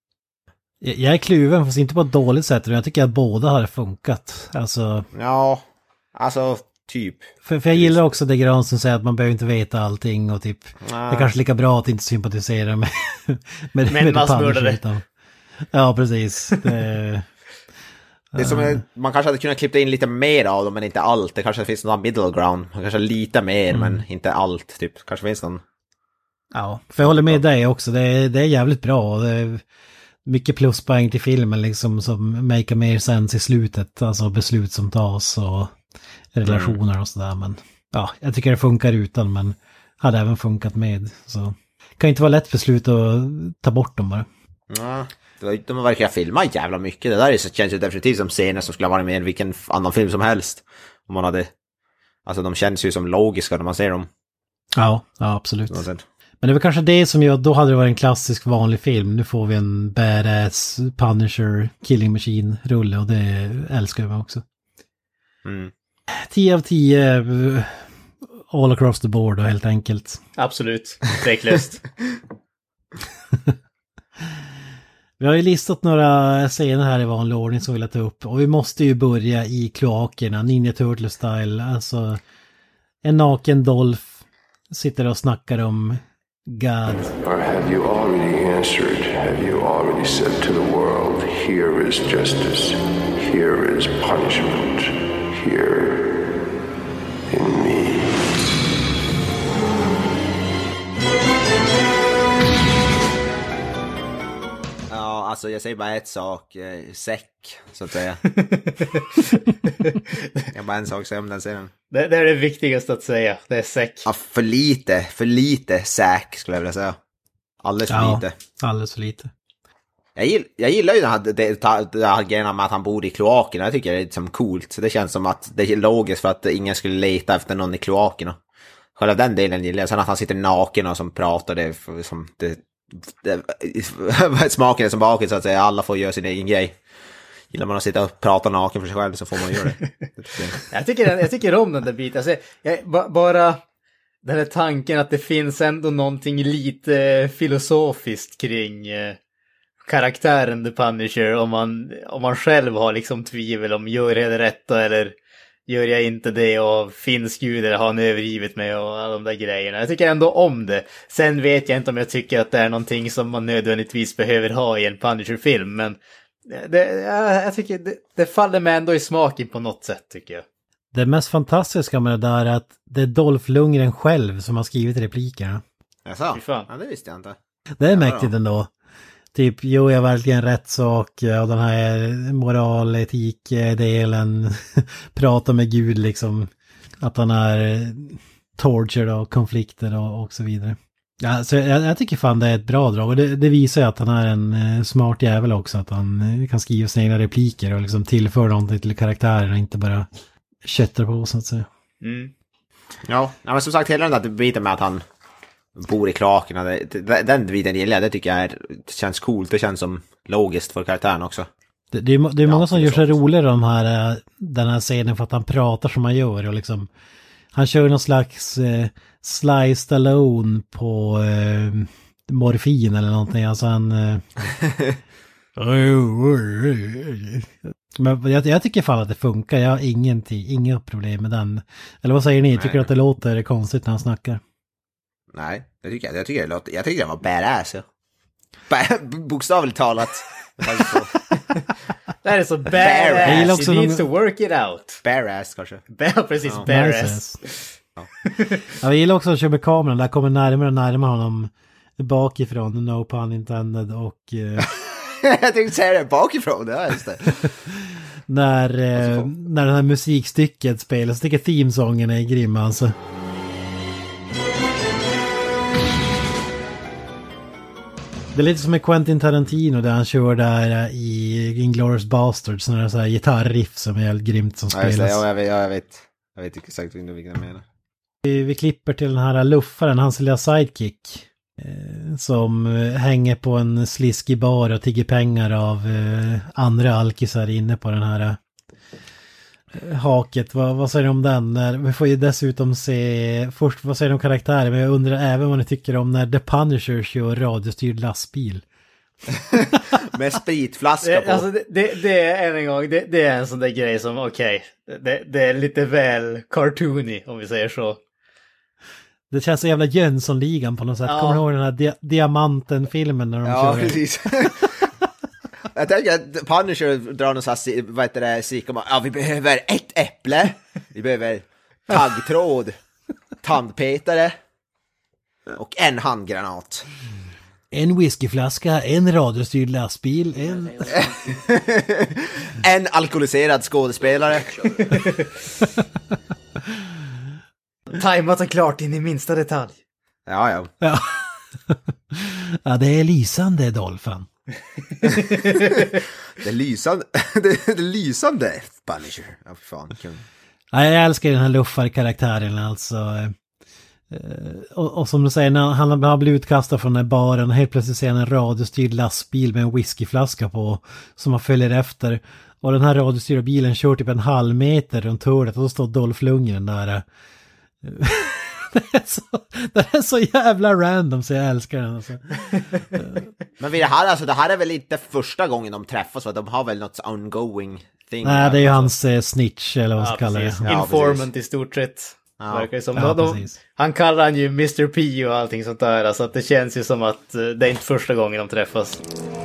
Jag är kluven, fast inte på ett dåligt sätt, och jag tycker att båda har funkat. Alltså... Ja, alltså typ. För, för jag gillar också det Gran som säger att man behöver inte veta allting, och typ ah. det är kanske lika bra att inte sympatisera med med, med, med massmördare. Ja, precis. Det, det är som uh. man kanske hade kunnat klippa in lite mer av dem, men inte allt. Det kanske finns någon middle ground. Kanske lite mer, mm. men inte allt. Typ. Kanske finns någon... Ja, för jag håller med dig också. Det är, det är jävligt bra. Det är mycket pluspoäng till filmen liksom, som make mer sense i slutet. Alltså beslut som tas och relationer mm. och sådär. Men ja, jag tycker det funkar utan, men hade även funkat med. Så det kan inte vara lätt beslut att ta bort dem bara. Ja, de verkar filma jävla mycket. Det där är så, känns ju definitivt som scener som skulle vara med i vilken annan film som helst. Om man hade... Alltså de känns ju som logiska när man ser dem. Ja, ja absolut. Men det var kanske det som gör, då hade det varit en klassisk vanlig film. Nu får vi en badass Punisher Killing Machine-rulle, och det älskar jag också. Mm. tio av tio all across the board då, helt enkelt. Absolut, tveklöst. Vi har ju listat några scener här i vanlig ordning som vi vill ta upp. Och vi måste ju börja i kloakerna, Ninja Turtle-style. Alltså en naken Dolph sitter och snackar om God. Or have you already answered? Have you already said to the world, here is justice, here is punishment, here in me? Ja, alltså jag säger bara ett sak, eh, säck, så att säga. Jag bara en sak säger om den serien. Det, det är det viktigaste att säga, det är säck. Ja, för lite, för lite säck skulle jag vilja säga. Alldeles för ja, lite. alldeles för lite. Jag, gill, jag gillar ju den här, det, det här grejen med att han bor i kloakerna. Jag tycker det är liksom coolt. Så det känns som att det är logiskt för att ingen skulle leta efter någon i kloakerna. Själva den delen gillar jag. Sen att han sitter naken och som pratar, det är som det, det smaken är som baken så att säga. Alla får göra sin egen grej. Gillar man att sitta och prata naken för sig själv så får man göra det. jag, tycker, jag tycker om den där biten. Alltså, jag, bara den här tanken att det finns ändå någonting lite filosofiskt kring eh, karaktären The Punisher. Om man, om man själv har liksom tvivel om gör jag det rätta eller gör jag inte det, och finns Gud eller har han övergivit mig och alla de där grejerna. Jag tycker ändå om det. Sen vet jag inte om jag tycker att det är någonting som man nödvändigtvis behöver ha i en Punisher-film, men det, jag tycker det, det faller mig ändå i smaken på något sätt, tycker jag. Det mest fantastiska med det där är att det är Dolph Lundgren själv som har skrivit replikerna. Jaså? Ja, det visste jag inte. Det är ja, mäktigt ändå. Typ, jo, jag verkligen rätt sak och den här moral, etik-delen prata med Gud liksom, att han är tortured och konflikter och, och så vidare. Ja, så jag, jag tycker fan det är ett bra drag, och det, det visar ju att han är en smart jävel också, att han kan skriva sina egna repliker och liksom tillföra någonting till karaktären och inte bara köttar på så att säga. Mm. Ja, men som sagt, hela den där biten med att han bor i klakerna, det, den biten gillar jag. Det tycker jag är, det känns coolt. Det känns som logiskt för karaktären också. Det, det är, det är många ja, som gör sig roligare de här, den här scenen för att han pratar som han gör. Och liksom, han kör någon slags eh, Sly Stallone på eh, morfin eller någonting. Alltså han... Eh, men jag, jag tycker fan att det funkar. Jag har ingenting, inga problem med den. Eller vad säger ni? Nej. Tycker du att det låter konstigt när han snackar? Nej, det tycker jag. Jag tycker det låter, jag tycker det var badass. Ja. Bokstavligt talat. Det här är så badass. You need to work it out. Badass kanske. Ja, precis. Ja. Badass. Ja. Jag gillar också att köra med kameran. Där kommer närmare och närmare honom bakifrån. No pun intended. Och... Uh... jag tänkte säga det bakifrån. Ja, just det. när, uh, när den här musikstycket spelas. Jag tycker themesången är grym alltså. Det är lite som med Quentin Tarantino där han kör där i Inglourious Basterds när det är så här gitarriff som är helt grymt som spelas. Ja, jag vet, jag vet. Jag vet inte exakt vilken jag menar. Vi, vi klipper till den här luffaren, hans lilla sidekick. Eh, som hänger på en sliskig bar och tigger pengar av eh, andra alkisar inne på den här eh, haket. Vad, vad säger du om den? När, vi får ju dessutom se, först vad säger du om karaktärer, men jag undrar även vad ni tycker om när The Punisher kör radiostyrd lastbil. Med spritflaska på. Alltså det, det, det är en gång, det, det är en sån där grej som okej, okay, det, det är lite väl cartoony om vi säger så. Det känns så jävla Jönssonligan på något sätt. Ja. Kommer du ihåg den här dia- Diamanten-filmen när de ja, kör? Precis. Jag tänker att Punisher drar någon sån här, vad heter det, sik om, ja vi behöver ett äpple, vi behöver taggtråd, tandpetare och en handgranat. En whiskyflaska, en radiostyrd lastbil, en... en alkoholiserad skådespelare. Tajmat är klart in i minsta detalj. Ja, ja. Ja, ja det är lysande, Dolphin. det är lysande. det är lysande, Punisher. Ja, för fan. Ja, jag älskar den här luffarkaraktären alltså. Och, och som du säger, när han har blivit utkastad från den här baren och helt plötsligt ser han en radiostyrd lastbil med en whiskyflaska på som han följer efter. Och den här radiostyrda bilen kör typ en halv meter runt hörnet och då står Dolph Lundgren där. det, är så, det är så jävla random så jag älskar den alltså. Men vid det här, alltså, det här är väl inte första gången de träffas, så de har väl något ongoing thing. Nej, det är ju hans eh, snitch eller vad man ska kalla det. Ja, informant i stort sett. Ja. Verkar som. Ja, de, de, han kallar han ju mister P och allting sånt där. Alltså att det känns ju som att uh, det är inte första gången de träffas.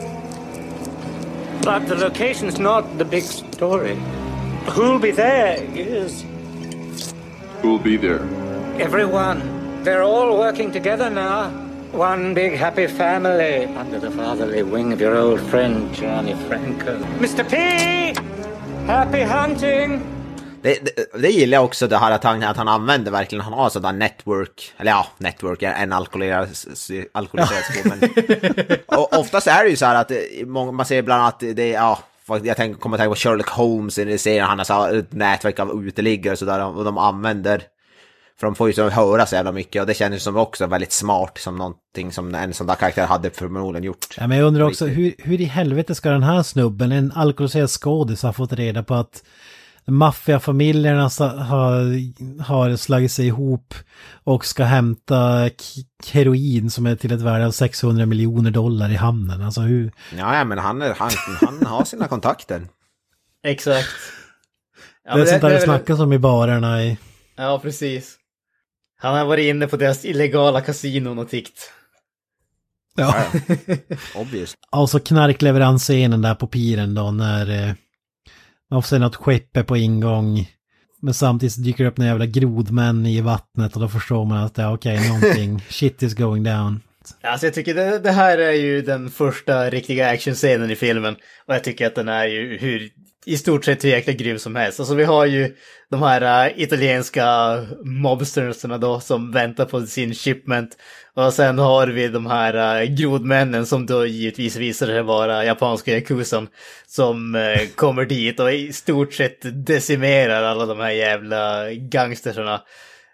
But the location's not the big story. Who'll be there is... Who'll be there? Everyone. They're all working together now. One big happy family under the fatherly wing of your old friend Johnny Franco. mister P! Happy hunting! Det, det, det gillar jag också, det här att han, att han använder verkligen, han har sådär network, eller ja, network är en alkoholiserad alkoholiserad skål, men och oftast är det ju så här att man ser ibland att det är, ja, jag tänker, kommer att tänka på Sherlock Holmes i serien, han har så här ett nätverk av uteliggare och sådär, och de använder, för de får ju så höra så jävla mycket, och det känns som också väldigt smart, som någonting som en sån där karaktär hade förmodligen gjort. Ja, men jag undrar också, hur, hur i helvete ska den här snubben, en alkoholiserad skådis, ha fått reda på att maffiafamiljerna har, har slagit sig ihop och ska hämta heroin som är till ett värde av sexhundra miljoner dollar i hamnen. Alltså hur... Ja, ja men han, är, han, han har sina kontakter. Exakt. Ja, det är sånt där det, det snackas om i barerna. I... Ja, precis. Han har varit inne på deras illegala kasinon och tikt. Ja. Obvious. Och så knarkleveransscenen där på piren då när... Eh... Man får se något skepp på ingång. Men samtidigt dyker det upp några jävla grodmän i vattnet. Och då förstår man att det är okej, okay, någonting. Shit is going down. Alltså jag tycker det, det här är ju den första riktiga actionscenen i filmen. Och jag tycker att den är ju hur, i stort sett hur jäkla grym som helst. Alltså vi har ju de här uh, italienska mobsterserna då som väntar på sin shipment. Och sen har vi de här uh, grodmännen som då givetvis visar sig vara japanska yakuzan som uh, kommer dit och i stort sett decimerar alla de här jävla gangsterserna.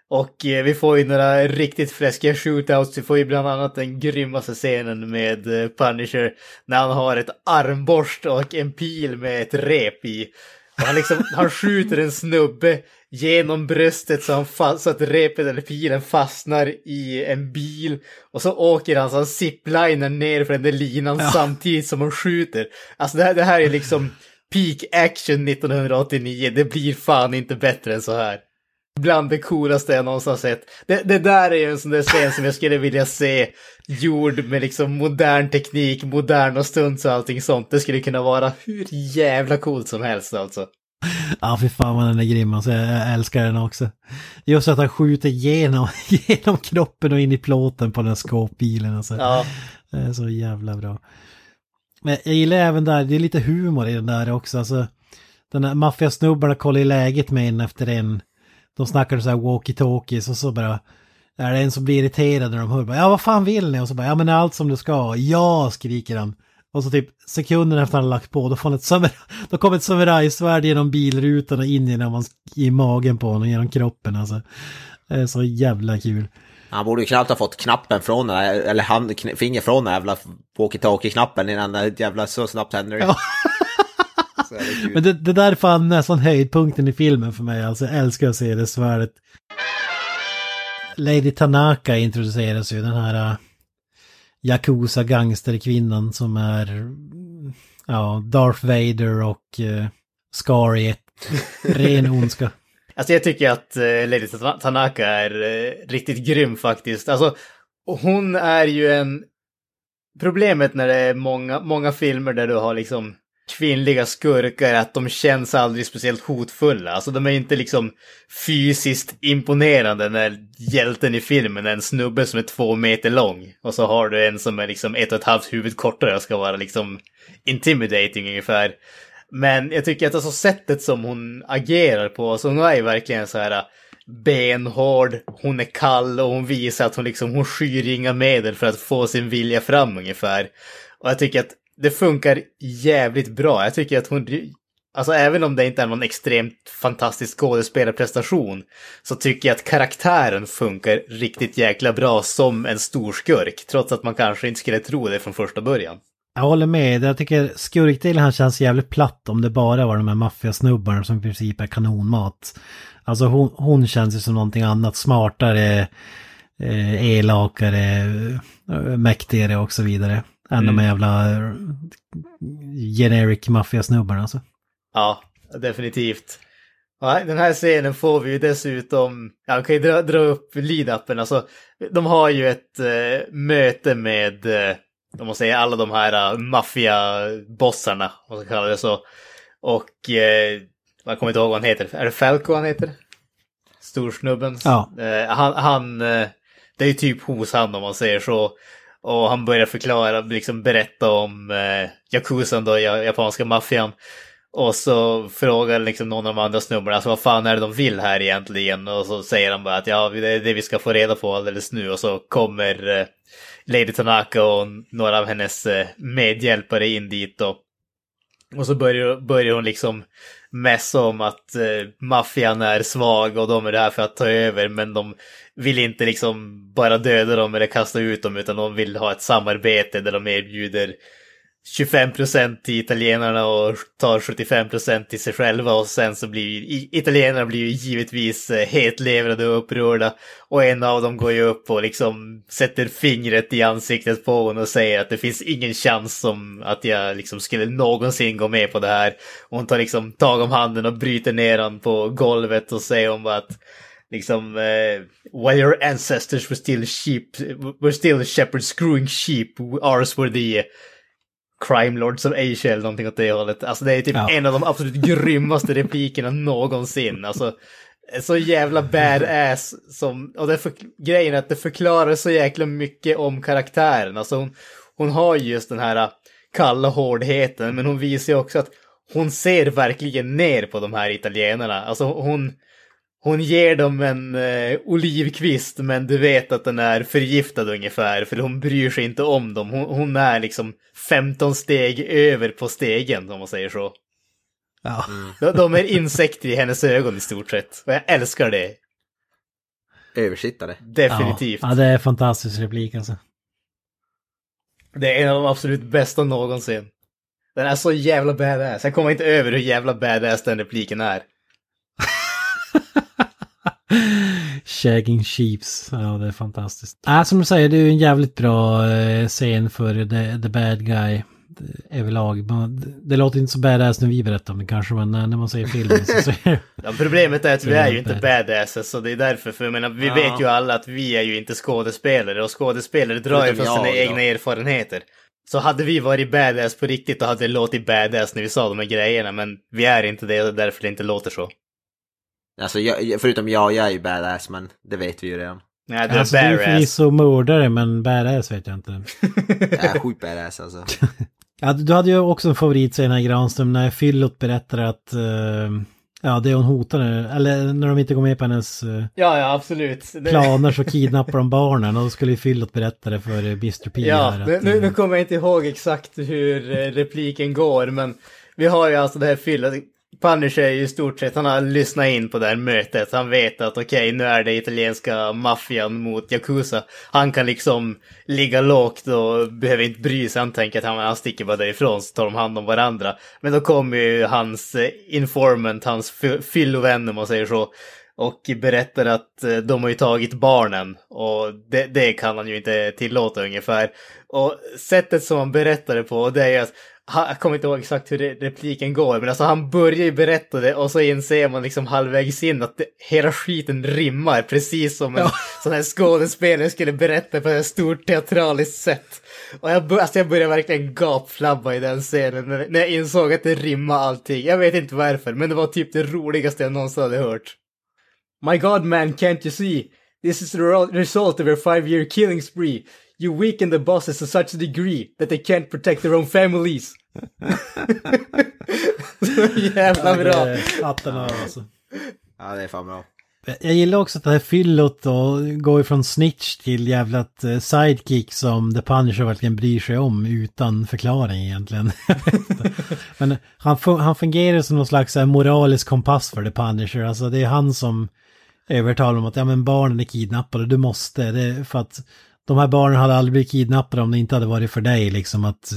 Och eh, vi får ju några riktigt fläskiga shootouts. Vi får ju bland annat den grymmaste scenen med eh, Punisher när han har ett armborst och en pil med ett rep i. Och han, liksom, han skjuter en snubbe genom bröstet så, han fast, så att repet eller pilen fastnar i en bil. Och så åker han så han zipliner ner för den där linan ja. samtidigt som han skjuter. Alltså det här, det här är liksom peak action nittonhundraåttionio. Det blir fan inte bättre än så här. Bland det coolaste jag någonsin sett. Det, det där är ju en sån där scen som jag skulle vilja se gjord med liksom modern teknik, moderna stunts och allting sånt. Det skulle kunna vara hur jävla coolt som helst alltså. Ja, för fan vad den är grym. Alltså, jag älskar den också. Just att han skjuter genom, genom kroppen och in i plåten på den skåpbilen. Alltså. Ja. Det är så jävla bra. Men jag gillar även där, det är lite humor i den där också. Alltså, den här maffiasnubbarna kollar i läget med en efter en. De snackar så här walkie-talkies och så bara är det en som blir irriterad när de hör bara, ja vad fan vill ni? Och så bara, ja men allt som du ska. Ja, skriker han. Och så typ sekunden efter han har lagt på, då får ett samurai, då kommer ett samurajsvärd genom bilrutan och in genom hans, i magen på honom, genom kroppen alltså. Det är så jävla kul. Han borde ju knappt ha fått knappen från, eller hand, finger från den jävla walkie-talkie-knappen innan det jävla så snabbt händer det. Ja. Så är det kul. Men det, det där är fan nästan höjdpunkten i filmen för mig. Alltså jag älskar att se det svärdet. Lady Tanaka introduceras ju, den här uh, Yakuza gangsterkvinnan som är ja, Darth Vader och uh, Scar i ett ren ondska. Alltså jag tycker att uh, Lady Tanaka är uh, riktigt grym faktiskt. Alltså hon är ju en... Problemet när det är många, många filmer där du har liksom kvinnliga skurkar att de känns aldrig speciellt hotfulla. Alltså de är inte liksom fysiskt imponerande när hjälten i filmen är en snubbe som är två meter lång. Och så har du en som är liksom ett och ett halvt huvud kortare och ska vara liksom intimidating ungefär. Men jag tycker att alltså sättet som hon agerar på, så hon är ju verkligen så här benhård, hon är kall och hon visar att hon liksom, hon skyr inga medel för att få sin vilja fram ungefär. Och jag tycker att det funkar jävligt bra. Jag tycker att hon, alltså även om det inte är någon extremt fantastisk skådespelarprestation, så tycker jag att karaktären funkar riktigt jäkla bra som en stor skurk, trots att man kanske inte skulle tro det från första början. Jag håller med. Jag tycker skurkdelen han känns jävligt platt om det bara var de här maffiasnubbarna som i princip är kanonmat. Alltså hon, hon känns ju som någonting annat, smartare, eh, elakare, eh, mäktigare och så vidare. Än mm. de här jävla generic maffiasnubbarna alltså. Ja, definitivt. Ja, den här scenen får vi ju dessutom, jag kan ju dra, dra upp lead-upen. Alltså, de har ju ett eh, möte med, eh, de måste säga alla de här uh, maffia-bossarna, om man ska kalla det så. Och eh, jag kommer inte ihåg vad han heter. Är det Falco han heter? Storsnubben. Ja. Eh, han, han eh, det är ju typ hos han om man säger så. Och han börjar förklara, liksom berätta om eh, Yakuzan då, japanska maffian. Och så frågar liksom någon av de andra snubbarna, alltså vad fan är det de vill här egentligen? Och så säger han bara att ja, det är det vi ska få reda på alldeles nu. Och så kommer eh, Lady Tanaka och några av hennes eh, medhjälpare in dit då. Och så börjar, börjar hon liksom mässa om att eh, maffian är svag och de är där för att ta över, men de vill inte liksom bara döda dem eller kasta ut dem, utan de vill ha ett samarbete där de erbjuder tjugofem procent till italienarna och tar sjuttiofem procent till sig själva, och sen så blir italienarna blir ju givetvis hetlevrade och upprörda, och en av dem går ju upp och liksom sätter fingret i ansiktet på hon och säger att det finns ingen chans som att jag liksom skulle någonsin gå med på det här. Och hon tar liksom tag om handen och bryter ner han på golvet och säger om att liksom uh, while your ancestors were still sheep were still shepherds screwing sheep, ours were the crime lords of Asia eller någonting åt det hållet. Alltså det är typ ja. en av de absolut grymmaste replikerna någonsin. Alltså så jävla badass som, och det för, grejen är att det förklarar så jäkla mycket om karaktären. Alltså hon, hon har just den här kalla hårdheten, men hon visar ju också att hon ser verkligen ner på de här italienarna. Alltså hon Hon ger dem en eh, olivkvist, men du vet att den är förgiftad ungefär, för hon bryr sig inte om dem. Hon, hon är liksom femton steg över på stegen, om man säger så. Ja. De, de är insekter i hennes ögon i stort sett, och jag älskar det. översittare. Definitivt. Ja, ja, det är fantastisk replik alltså. Det är en av de absolut bästa någonsin. Den är så jävla badass. Jag kommer inte över hur jävla badass den repliken är. Shagging Sheeps. Ja, det är fantastiskt. Äh, som du säger, det är ju en jävligt bra eh, scen för the, the bad guy överlag. Man, det låter inte så badass när vi berättar om det kanske, men när man säger filmen så ser ja, problemet är att vi är ju inte badasses, så det är därför, för jag menar, vi ja. vet ju alla att vi är ju inte skådespelare, och skådespelare drar ju från sina jag, egna ja. erfarenheter. Så hade vi varit badass på riktigt, då hade det låtit badass när vi sa de här grejerna, men vi är inte det, och därför det inte låter så. Alltså, jag, förutom jag, jag är ju badass, men det vet vi ju redan. Nej, du är alltså, du är badass. förvisso mördare, men badass vet jag inte. Jag är sjukt badass alltså. Ja, du hade ju också en favoritscen här i Granström när Fyllot berättar att uh, ja, det hon hotar, eller när de inte går med på hennes uh, ja, ja, absolut. Det... planer så kidnappar de barnen, och då skulle ju Fyllot berätta det för mister P. Ja, här, nu, att, nu, nu kommer jag inte ihåg exakt hur repliken går, men vi har ju alltså det här Fyllot. Punisher är ju i stort sett, han har lyssnat in på det här mötet. Han vet att okej, okay, nu är det italienska maffian mot Yakuza. Han kan liksom ligga lågt och behöver inte bry sig. Han tänker att han, han sticker bara därifrån, så tar de hand om varandra. Men då kommer ju hans informant, hans fyllovän om man säger så, och berättar att de har ju tagit barnen. Och det, det kan han ju inte tillåta ungefär. Och sättet som han berättar det på, det är ju att jag kommer inte ihåg exakt hur repliken går, men alltså han börjar ju berätta det, och så inser man liksom halvvägs in att det, hela skiten rimmar precis som en ja. sån här skådespelare skulle berätta på ett stort teatraliskt sätt. Och jag, alltså jag började verkligen gapflabba i den scenen när, när jag insåg att det rimmar allting. Jag vet inte varför, men det var typ det roligaste jag någonsin hade hört. My God man, can't you see? This is the result of your five-year killing spree. You weaken the bosses to such a degree that they can't protect their own families. Så jävla bra. Alltså. Ja, det är fan bra. Jag gillar också att det här Fyllot och går ifrån snitch till jävlat sidekick som The Punisher verkligen bryr sig om utan förklaring egentligen. Men han, han fungerar som någon slags moralisk kompass för The Punisher. Alltså det är han som övertalar om att ja, men barnen är kidnappade, du måste. Det är för att de här barnen hade aldrig blivit kidnappade om det inte hade varit för dig, liksom att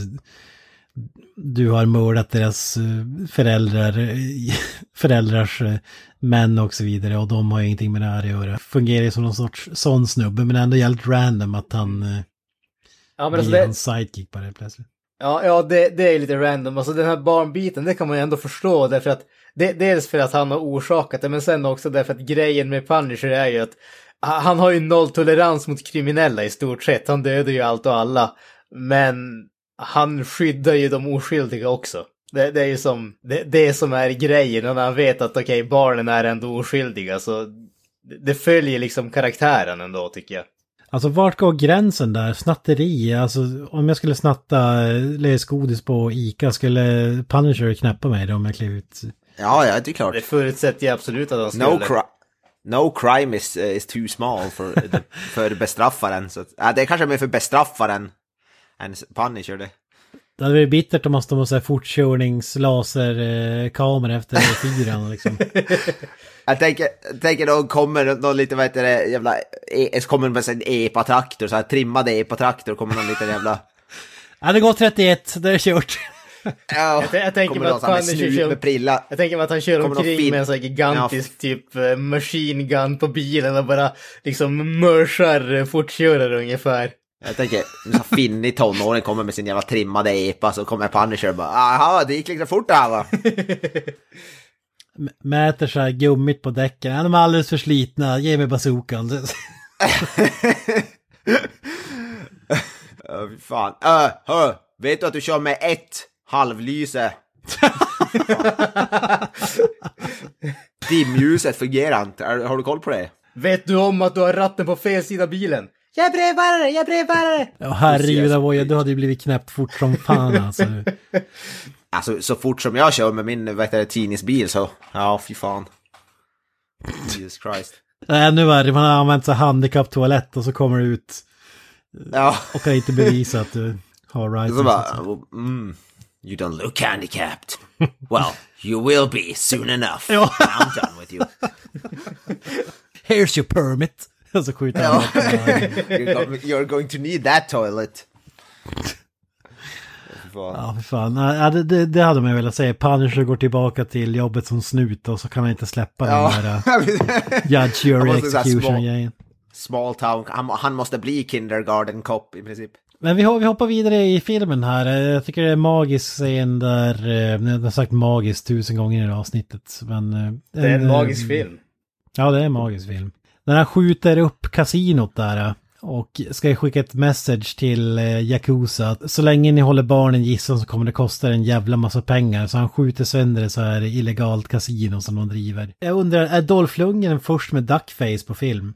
du har mördat deras föräldrar, föräldrars män och så vidare, och de har ju ingenting med det här att göra. Fungerar som någon sorts sån snubbe, men ändå helt random att han ja, men alltså blir det... hans sidekick på det plötsligt. Ja, ja det, det är lite random. Alltså den här barnbiten, det kan man ju ändå förstå, därför att det, dels för att han har orsakat det, men sen också därför att grejen med Punisher är ju att han har ju nolltolerans mot kriminella i stort sett. Han dödar ju allt och alla. Men han skyddar ju de oskyldiga också. Det, det är ju som det, det som är grejen. Och när han vet att okej, okay, barnen är ändå oskyldiga. Så det, det följer liksom karaktären ändå, tycker jag. Alltså vart går gränsen där? Snatteri? Alltså om jag skulle snatta lösgodis på Ica, skulle Punisher knäppa mig då om jag klev ut? Ja, ja, det är klart. Det förutsätter jag absolut att han skulle. No cri- No crime is, uh, is too small för, för bestraffaren. Så, ja, det är kanske mer för bestraffaren än Punisher det. Det hade varit bittert om man stod med så här fortkörningslaserkamera efter fyran liksom. Jag tänker, tänker då kommer någon lite, vad heter det, jävla, e, kommer med en epa-traktor, så här trimmade epa-traktor, kommer någon liten jävla... Ja, det går trettioett, det är kört. Ja, jag, jag tänker mig att han kör, med prilla. Jag tänker mig att han kör omkring fin- med en sån här gigantisk ja. typ uh, machine gun på bilen och bara liksom mörsar fortkörare ungefär. Jag tänker, en sån finnig tonåring kommer med sin jävla trimmade epa, så kommer Punisher och bara, aha, det gick lite fort det här va? M- mäter så här gummit på däcken, ja, de är alldeles för slitna, ge mig bazookan. uh, fan, uh, uh, vet du att du kör med ett halvlyse? Dimljuset fungerar inte. Har du koll på det? Vet du om att du har ratten på fel sida bilen? Jag är brevbärare, jag är brevbärare. Ja, herregud, Avoya, du hade ju blivit knäppt fort som fan alltså. Alltså så fort som jag kör med min vet jag, tidningsbil så, ja fy fan. Jesus Christ. Nej, nu är det, man har använt sig handikapptoalett och så kommer det ut ja. och kan inte bevisa att du har right. Så bara, mm, you don't look handicapped. Well, you will be soon enough. Ja. I'm done with you. Here's your permit. Och så skjuter han ja. You're going to need that toilet. Ja, för fan. Ja, det, det, det hade man velat säga. Punisher går tillbaka till jobbet som snut och så kan han inte släppa ja. den där judge jury execution-grejen. Small town. Han, han måste bli kindergarten cop i princip. Men vi, vi hoppar vidare i filmen här. Jag tycker det är magisk scen där, jag har sagt magisk tusen gånger i det avsnittet. Men, det är en, en magisk film. Ja, det är en magisk film. När han skjuter upp kasinot där och ska skicka ett message till Yakuza. Så länge ni håller barnen gisslan så kommer det kosta en jävla massa pengar. Så han skjuter sönder det så här illegalt kasino som de driver. Jag undrar, är Dolph Lundgren först med duckface på film?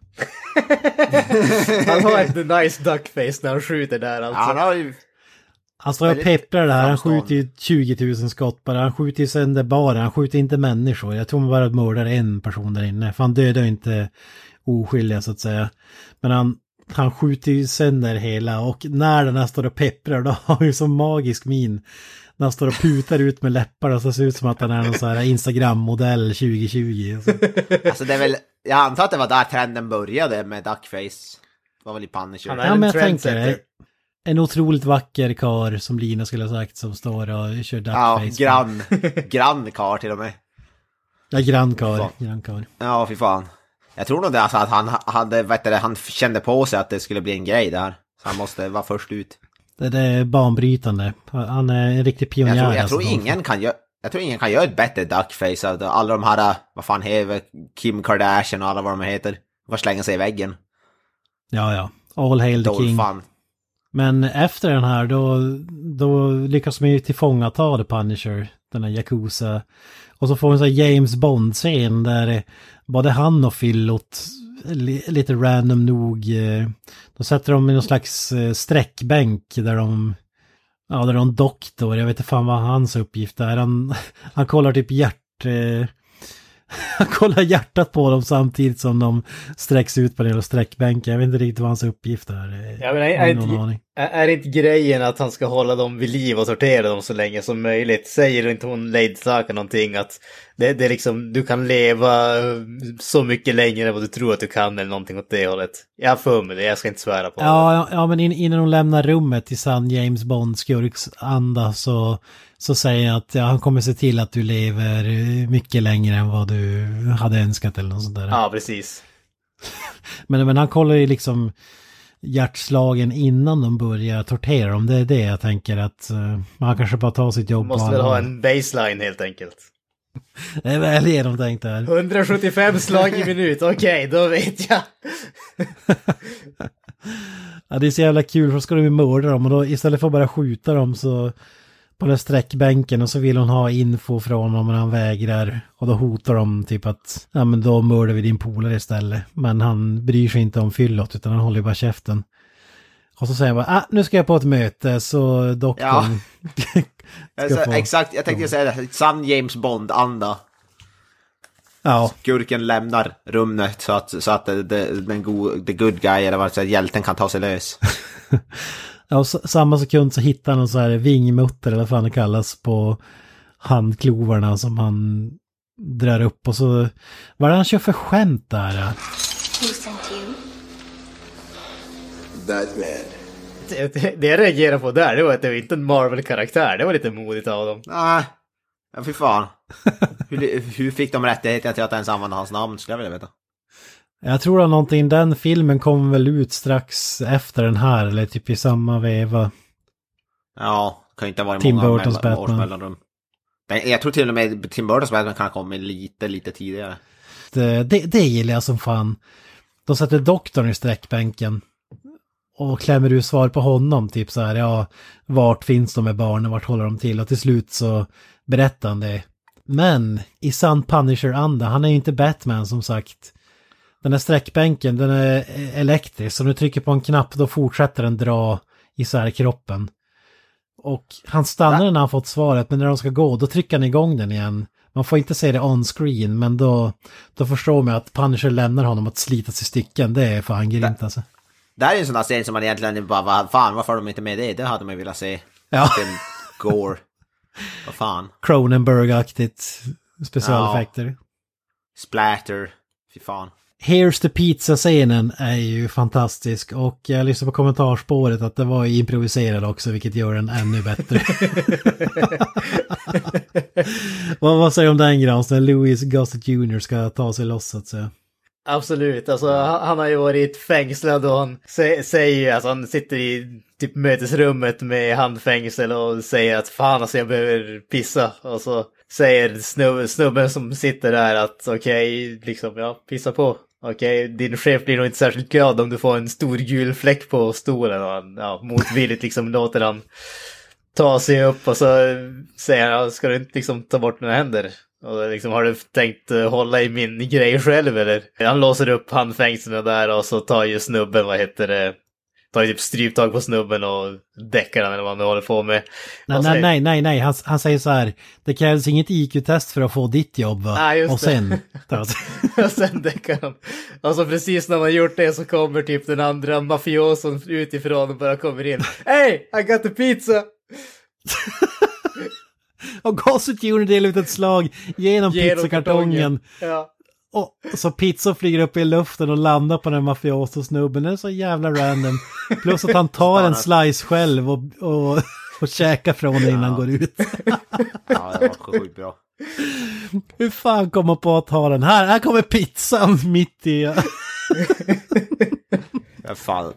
Han har ett nice duckface när han skjuter där alltså. Han har ju... Han står och pepprar det här, han skjuter ju tjugo tusen skott bara, han skjuter ju sönder bara, han skjuter inte människor. Jag tror man bara mördar en person där inne, för han dödar ju inte oskyldiga så att säga. Men han, han skjuter ju sönder hela, och när den här står och pepprar då har han ju så magisk min. När han står och putar ut med läpparna så ser det ut som att han är någon sån här Instagram-modell tjugo tjugo. Alltså. alltså det är väl, jag antar att det var där trenden började med duckface. Det var väl i Punisher. Ja, men jag tänker det. En otroligt vacker kar som Lina skulle ha sagt som står och kör duckface. Ja, grann. Grann kar till och med. Ja, grannkar. Grannkar. Ja, fy fan. Jag tror nog det alltså att han hade, vet du, han kände på sig att det skulle bli en grej där. Så han måste vara först ut. Det, det är banbrytande. Han är en riktig pionjär. Jag tror, jag alltså, tror ingen kan göra Jag tror ingen kan göra ett bättre duckface av alla de här, vad fan heter Kim Kardashian och alla vad de heter. Vad slänga sig i väggen. Ja, ja. All hail the king. Fan. Men efter den här då, då lyckas man ju tillfångata The Punisher, den här Yakuza. Och så får vi en sån här James Bond-scen där både han och Fyllot lite random nog, då sätter de i någon slags sträckbänk där de, ja, där de doktor, jag vet inte fan vad hans uppgift är. Han, han kollar typ hjärt... Han kollar hjärtat på dem samtidigt som de sträcks ut på den sträckbänken. Jag vet inte riktigt vad hans uppgift är. Ja, men är, är, inte, är inte grejen att han ska hålla dem vid liv och tortera dem så länge som möjligt? Säger inte hon Lady Saka någonting att det, det är liksom, du kan leva så mycket längre än vad du tror att du kan eller någonting åt det hållet. Jag har för mig det, jag ska inte svära på ja, det. Ja, ja, men in, innan hon lämnar rummet till sann James Bond skurks anda så, så säger jag att ja, han kommer se till att du lever mycket längre än vad du hade önskat eller något sånt där. Ja, precis. men, men han kollar ju liksom hjärtslagen innan de börjar tortera dem. Det är det jag tänker att uh, man kanske bara tar sitt jobb. Måste väl ha en baseline helt enkelt. Det är väl genomtänkt här. hundrasjuttiofem slag i minut, okej, okay, då vet jag. Ja, det är så jävla kul, för då ska de ju mörda dem och då istället för att bara skjuta dem så på den sträckbänken och så vill hon ha info från honom men han vägrar och då hotar de typ att ja men då mördar vi din polare istället. Men han bryr sig inte om Fyllot utan han håller bara käften. Och så säger han bara, ah, nu ska jag på ett möte så doktorn... Ja. alltså, få... Exakt, jag tänkte säga det. Sann James Bond-anda. Ja. Skurken lämnar rummet så att, så att det, det, den go, the good guy eller vad säger, hjälten kan ta sig lös. Ja, och s- samma sekund så hittar han en så här vingmutter eller vad fan det kallas på handklovarna som han drar upp och så... Vad är det han kör för skämt där? Who sent you? That man. Det, det jag reagerar på där, det var att det var inte en Marvel-karaktär. Det var lite modigt av dem. Nej, ja, fy fan. hur, hur fick de rättigheter till att ens använda hans namn, skulle jag vilja veta. Jag tror att någonting, den filmen kom väl ut strax efter den här, eller typ i samma veva. Ja, kan inte ha varit Tim många Burtons mellan, Batman. mellanrum. Jag tror till och med Tim Burtons Batman kan ha kommit lite, lite tidigare. Det, det, det gillar jag som fan. De sätter doktorn i sträckbänken och klämmer ut svar på honom, typ så här, ja, vart finns de med barnen, vart håller de till? Och till slut så berättar han det. Men i sann Punisher-anda, han är ju inte Batman som sagt. Den här sträckbänken, den är elektrisk, så när du trycker på en knapp då fortsätter den dra isär kroppen. Och han stannar när han fått svaret, men när de ska gå då trycker han igång den igen. Man får inte se det on screen, men då, då förstår man att Punisher lämnar honom att slitas i stycken. Det är fan grymt alltså. Det här är en sån här scen som man egentligen bara, vad fan, varför har de inte med det? Det hade man velat se. Ja. Den gore. Vad fan. Cronenberg-aktigt specialeffekter. Ja. Splatter. Fy fan. Here's the pizza-scenen är ju fantastisk och jag lyssnade på kommentarspåret att det var improviserad också, vilket gör den ännu bättre. vad, vad säger du om den Granström när Louis Gossett junior ska ta sig loss så att säga? Absolut, alltså han, han har ju varit fängslad och han sä, säger, alltså han sitter i typ mötesrummet med handfängsel och säger att fan alltså jag behöver pissa, och så säger snub, snubben som sitter där att okej, okay, liksom ja, pissa på. Okej, okay, din chef blir nog inte särskilt glad om du får en stor gul fläck på stolen, och han, ja, motvilligt liksom låter han ta sig upp och så säger han, ska du inte liksom ta bort dina händer? Och liksom, har du tänkt hålla i min grej själv eller? Han låser upp handfängseln där och så tar ju snubben, vad heter det? Tar ju typ stryptag på snubben och däckar han eller vad han håller på med. Nej, säger, nej, nej, nej, han, han säger så här, det krävs inget I Q-test för att få ditt jobb va? Ah, just och sen... och sen däckar han. Och så precis när man gjort det så kommer typ den andra mafioson utifrån och bara kommer in. Hey, I got the pizza! Och Gossett junior delar ut ett slag genom, genom pizzakartongen. Ja. Och så pizza flyger upp i luften och landar på den mafioso-snubben. Det är så jävla random. Plus att han tar en slice själv och, och, och käkar från den innan han går ut. Ja, det var sjukt bra. Hur fan kommer på att ta den här? Här kommer pizzan mitt i. Ja, fan.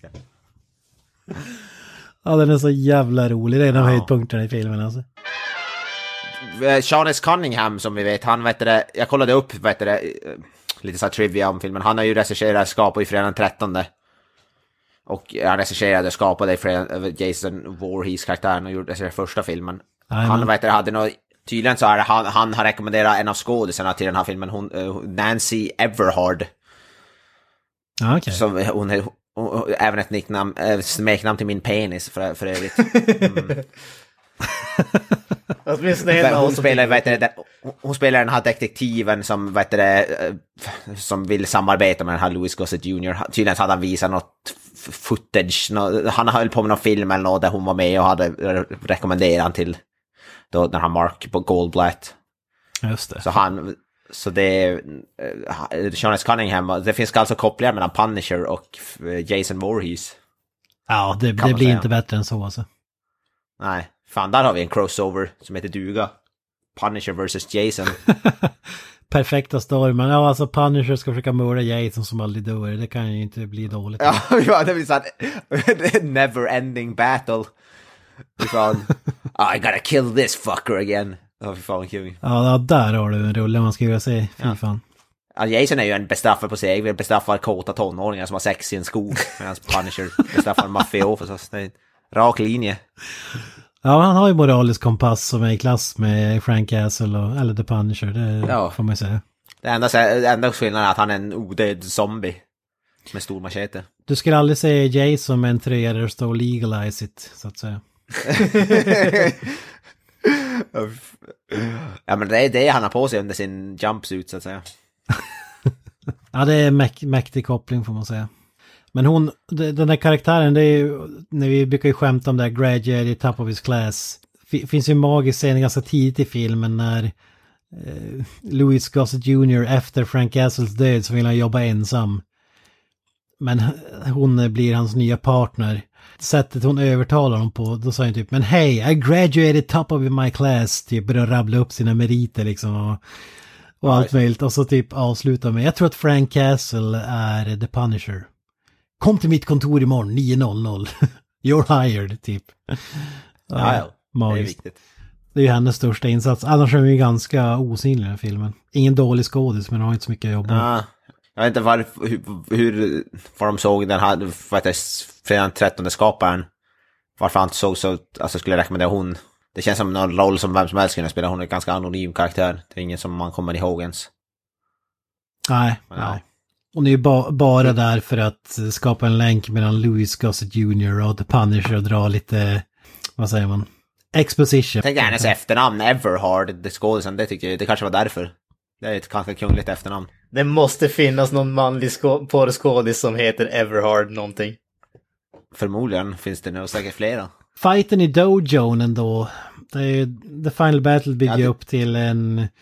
Ja, den är så jävla rolig. Det är en av ja. höjdpunkterna i filmen alltså. Sean S. Cunningham som vi vet, han vet det, jag kollade upp vet det, lite så här trivia om filmen. Han har ju regisserat Skapa i fredag den trettonde. Och han regisserade och skapade Jason Voorhees karaktären och gjorde den första filmen. Amen. Han vet det, hade nog tydligen så är han, han har rekommenderat en av skådisarna till den här filmen, hon, Nancy Everhard. Ah, okay. Så hon är hon, även ett nicknamn, äh, smeknamn till min penis för, för övrigt. Mm. hon, spelar, vet du, den, hon spelar den här detektiven som, vet du, som vill samarbeta med den här Louis Gossett junior Tydligen hade han visat något footage, något, han höll på med någon film eller något där hon var med och hade rekommenderat han till då, den här Mark på Goldblatt. Just det. Så han, så det uh, Sean S. Cunningham, det finns alltså kopplingar mellan Punisher och Jason Voorhees. Ja, det, det blir säga. Inte bättre än så alltså. Nej. Fan, där har vi en crossover som heter duga. Punisher versus Jason. Perfekta story, men ja, alltså Punisher ska försöka mörda Jason som aldrig dör. Det kan ju inte bli dåligt. Ja, ja det blir så här never ending battle. Ifrån, oh, I gotta kill this fucker again. Oh, fy fan, kul. Ja, där har du en rulle man ska vilja se. Fy ja. fan. Ja, Jason är ju en bestraffad på sig. Vi bestraffar kåta tonåringar som har sex i en skog. Medan Punisher bestraffar mafiosos. Det är en rak linje. Ja, han har ju moralisk kompass som är i klass med Frank Castle och, eller The Punisher, det ja. får man säga. Det enda, det enda skillnaden är att han är en odöd zombie med stor machete. Du skulle aldrig se Jason med en tröja där det står legalize it, så att säga. Ja, men det är det han har på sig under sin jumpsuit, så att säga. Ja, det är mäk- mäktig koppling får man säga. Men hon, den där karaktären, det är ju, när vi brukar ju skämta om det här graduate i top of his class. F- finns ju en magisk scen ganska tidigt i filmen när eh, Louis Gossett junior efter Frank Castles död så vill han jobba ensam. Men hon blir hans nya partner. Sättet hon övertalar honom på, då sa han typ, men hej, I graduated top of my class. Typ börjar rabbla upp sina meriter liksom och, och allt möjligt. Och så typ avsluta med, jag tror att Frank Castle är The Punisher. Kom till mitt kontor imorgon, nio noll noll. You're hired, typ. Ja, ja. Det är viktigt. Det är ju hennes största insats. Annars är hon ju ganska osynlig i den här filmen. Ingen dålig skådis, men hon har inte så mycket att jobba med. Ja. Jag vet inte var, hur, hur var de såg den här, vad heter det, fredag den trettonde skaparen. Varför han såg så, alltså skulle jag rekommendera hon. Det känns som någon roll som vem som helst kunde spela. Hon är en ganska anonym karaktär. Det är ingen som man kommer ihåg ens. Nej, men, nej. Ja. Hon är ju ba- bara där för att skapa en länk mellan Louis Gossett junior och The Punisher och dra lite, vad säger man, exposition. Jag tänkte hennes efternamn, Everhard, det skådisen, det tycker jag, det kanske var därför. Det är ett ganska kungligt efternamn. Det måste finnas någon manlig skå- porrskådis som heter Everhard någonting. Förmodligen finns det nog säkert flera. Fighten i dojon ändå, det är, The Final Battle bygger ja, det... upp till en...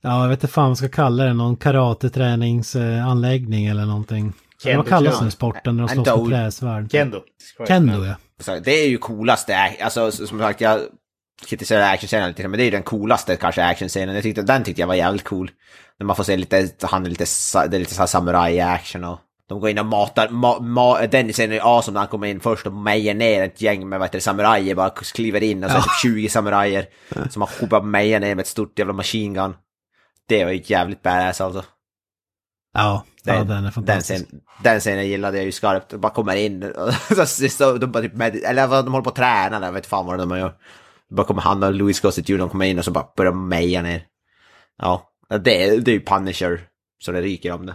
Ja, jag vet inte fan vad man ska kalla det. Någon karateträningsanläggning eller någonting. Kendo, vad kallas den sporten när de slåss på träsvärd? Kendo. Kendo, ja. Så det är ju coolaste, alltså som sagt, jag kritiserar actionscenen lite, men det är ju den coolaste kanske actionscenen. Jag tyckte, den tyckte jag var jävligt cool. När man får se lite, han är lite, det är lite så här samurai-action och de går in och matar, ma, ma, den scenen är awesome när han kommer in först och mejar ner ett gäng med vad heter det, samurajer, bara kliver in och så är det typ tjugo samurajer som har hopat mejar ner med ett stort jävla machine gun. Det var ju jävligt badass alltså. Ja, den, ja, den är fantastisk. Den scenen, den scenen gillade jag ju skarpt. De bara kommer in och så, så, de bara typ med, eller de håller på att träna, jag vet fan vad de gör. Bara kommer han och Louis Gossett Junior kommer in och så bara börjar meja ner. Ja, det är, det är ju Punisher så det ryker om det.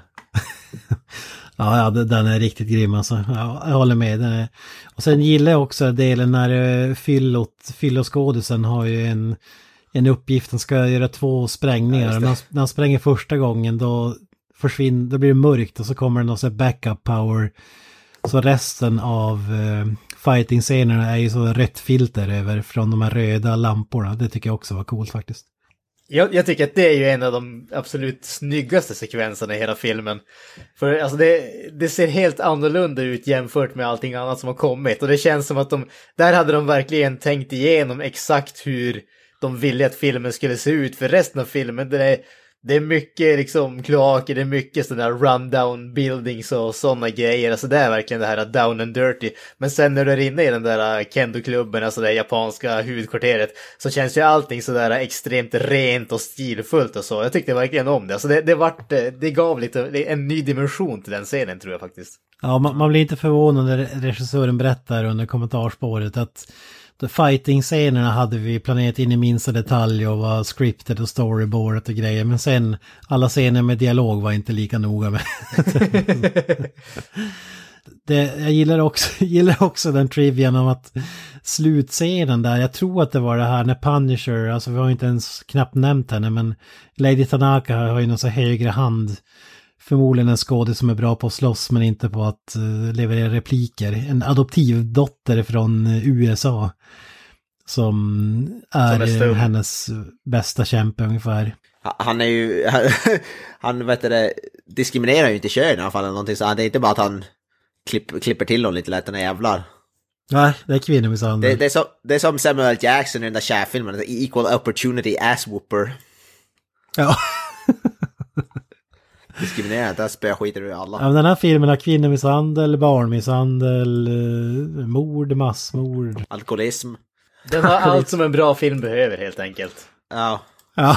Ja, ja, den är riktigt grym alltså. Ja, jag håller med. Den är... Och sen gillar jag också delen när Fyllot, Fylloskådisen har ju en, en uppgift. Han ska göra två sprängningar. Ja, när, han, när han spränger första gången då försvinner, då blir det mörkt och så kommer det någon sån backup power. Så resten av uh, fighting-scenerna är ju så rött filter över från de här röda lamporna. Det tycker jag också var coolt faktiskt. Jag, jag tycker att det är ju en av de absolut snyggaste sekvenserna i hela filmen. För alltså det, det ser helt annorlunda ut jämfört med allting annat som har kommit. Och det känns som att de, där hade de verkligen tänkt igenom exakt hur de ville att filmen skulle se ut. För resten av filmen, det är, det är mycket liksom kloaker, det är mycket sådana där rundown buildings och sådana grejer. Alltså det är verkligen det här down and dirty. Men sen när du är inne i den där Kendo-klubben, alltså det japanska huvudkvarteret, så känns ju allting sådär extremt rent och stilfullt och så. Jag tyckte verkligen om det. Alltså det, det, vart, det gav lite en ny dimension till den scenen tror jag faktiskt. Ja, man, man blir inte förvånad när regissören berättar under kommentarspåret att fighting-scenerna hade vi planerat in i minsta detalj och var scripted och storyboardet och grejer. Men sen alla scener med dialog var inte lika noga med. det, jag gillar också, gillar också den trivian om att slutscenen där, jag tror att det var det här när Punisher, alltså vi har inte ens knappt nämnt henne, men Lady Tanaka har ju någon så högre hand. Förmodligen en skådis som är bra på att slåss men inte på att uh, leverera repliker. En adoptivdotter från U S A som är, som är hennes bästa kämpe ungefär. Han är ju, han vet det, diskriminerar ju inte kön i alla fall eller någonting, så det är inte bara att han klipp, klipper till honom lite lätt den jävlar. Nej, det är kvinnomisshandel. Det, det, är så, det är som Samuel Jackson i den där tjärfilmen, Equal Opportunity Ass Whooper. Ja. Diskriminerar inte, spöar skiter i alla. Ja, den här filmen har kvinnomisshandel, barnmisshandel, mord, massmord. Alkoholism. Den har allt som en bra film behöver helt enkelt. Ja. Ja.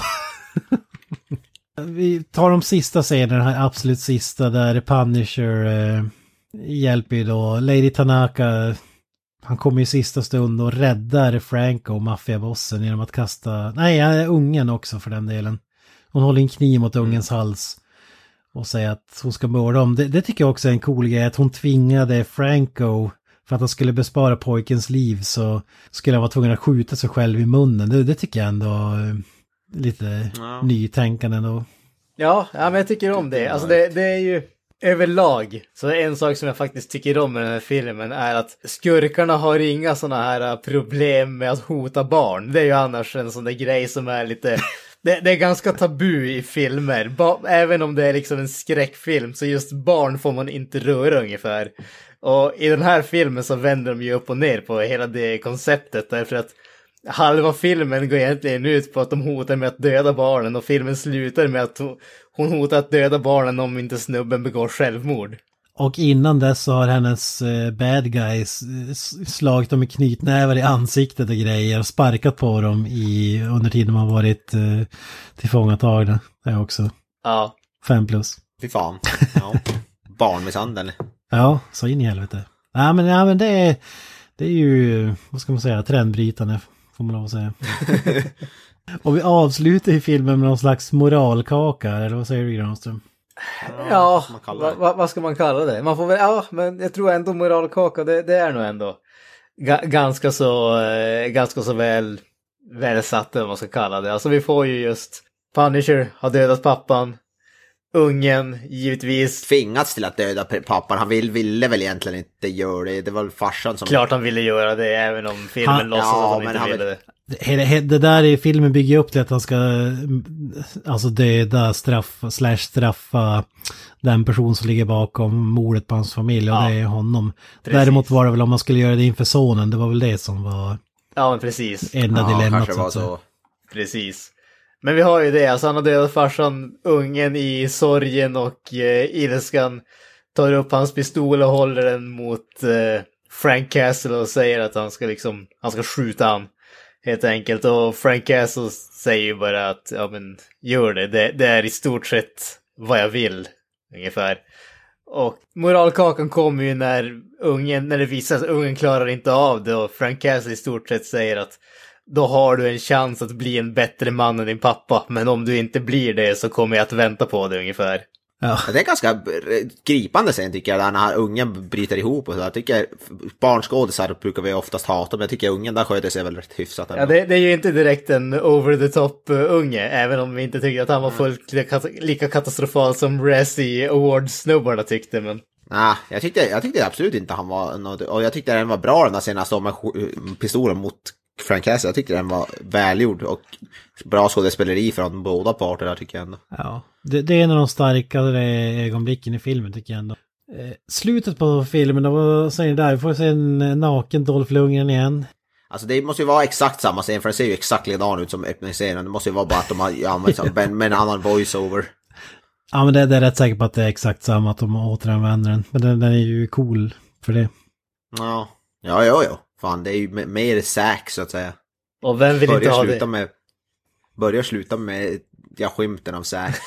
Vi tar de sista scenerna, den här absolut sista där Punisher eh, hjälper ju då Lady Tanaka. Han kommer i sista stund och räddar Franco, maffiabossen, genom att kasta, nej, ungen också för den delen. Hon håller en kniv mot ungens mm. hals och säger att hon ska mörda dem. Det, det tycker jag också är en cool grej, att hon tvingade Franco, för att han skulle bespara pojkens liv så skulle han vara tvungen att skjuta sig själv i munnen. Det, det tycker jag ändå är lite ja. nytänkande ändå. Ja, ja, men jag tycker om det. Alltså det, det är ju överlag. Så en sak som jag faktiskt tycker om med den här filmen är att skurkarna har inga såna här problem med att hota barn. Det är ju annars en sån där grej som är lite... Det, det är ganska tabu i filmer. Ba, även om det är liksom en skräckfilm så just barn får man inte röra ungefär. Och i den här filmen så vänder de ju upp och ner på hela det konceptet. Därför att halva filmen går egentligen ut på att de hotar med att döda barnen. Och filmen slutar med att hon hotar att döda barnen om inte snubben begår självmord. Och innan dess så har hennes eh, bad guys slagit dem i knytnävar i ansiktet och grejer och sparkat på dem i, under tiden de har varit eh, tillfångatagna. Det är också. Ja. Fem plus. Fy fan. Ja. Barnmisshandel. Ja, så in i helvete. Ja, men, ja, men det, är, det är ju, vad ska man säga, trendbrytande får man lov att säga. Och vi avslutar i filmen med någon slags moralkaka, eller vad säger du, Granström? Ja, vad va, va ska man kalla det? Man får väl, ja, men jag tror ändå moralkaka, det, det är nog ändå ga, ganska så eh, ganska så väl välsatt, vad man ska kalla det. Alltså vi får ju just Punisher har dödat pappan, ungen givetvis tvingats till att döda pappan. Han vill, ville väl egentligen inte göra det. Det var farsan som... Klart han ville göra det, även om filmen han, låtsas ja, att han inte han ville det. Det, det där i filmen bygger upp till att han ska alltså döda, straffa, slash straffa den person som ligger bakom mordet på hans familj, och ja, det är honom. Precis. Däremot var det väl om man skulle göra det inför sonen, det var väl det som var ja, men precis. enda ja, dilemmat. Kanske var så. Precis. Men vi har ju det, alltså han har dödat farsan, ungen i sorgen och eh, ilskan, tar upp hans pistol och håller den mot eh, Frank Castle och säger att han ska liksom, han ska skjuta han. Helt enkelt, och Frank Castle säger ju bara att ja men gör det. det, det är i stort sett vad jag vill, ungefär. Och moralkakan kommer ju när ungen, när det visar att ungen klarar inte av det, och Frank Castle i stort sett säger att då har du en chans att bli en bättre man än din pappa, men om du inte blir det så kommer jag att vänta på det, ungefär. Ja. Det är ganska gripande sen tycker jag, där när ungen bryter ihop och så. Jag tycker barnskådisar brukar vi oftast hata, men jag tycker ungen där sköter sig väl rätt hyfsat. Ja, det, det är ju inte direkt en over the top uh, unge, även om vi inte tycker att han var fullt lika, lika katastrofal som Razzie Awards-snubbarna tyckte, men... Nej, jag tyckte, jag tyckte absolut inte han var något, och jag tyckte den var bra den där senaste med pistolen mot Frank Castle. Jag tyckte den var välgjord och bra skådespeleri från båda parter där, tycker jag ändå. Ja, det, det är en av de starkare ögonblicken i filmen, tycker jag ändå. Eh, slutet på filmen, då, vad säger ni där? Vi får se en naken Dolph Lundgren igen. Alltså det måste ju vara exakt samma scen, för det ser ju exakt likadan ut som öppningsscenen. Det måste ju vara bara att de har använt med, med en annan voiceover. Ja, men det, det är rätt säkert på att det är exakt samma, att de återanvänder den. Men den, den är ju cool för det. Ja, ja, ja, ja. Fan, det är ju mer säk så att säga. Och vem vill börjar inte ha sluta det? Med, börjar sluta med ja, skymten av säk.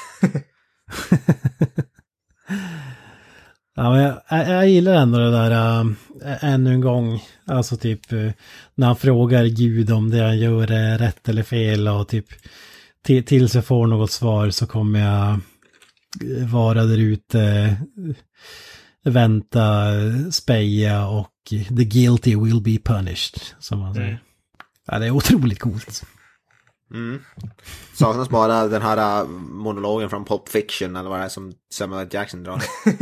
Ja, men jag, jag, jag gillar ändå det där äh, ännu en gång. Alltså typ äh, när han frågar Gud om det han gör är rätt eller fel, och typ t- tills jag får något svar så kommer jag vara där ute, äh, vänta, speja och the guilty will be punished, som man säger. Mm. Ja, det är otroligt coolt. Mm. Saknas bara den här uh, monologen från Pulp Fiction eller vad det är som Samuel Jackson drar.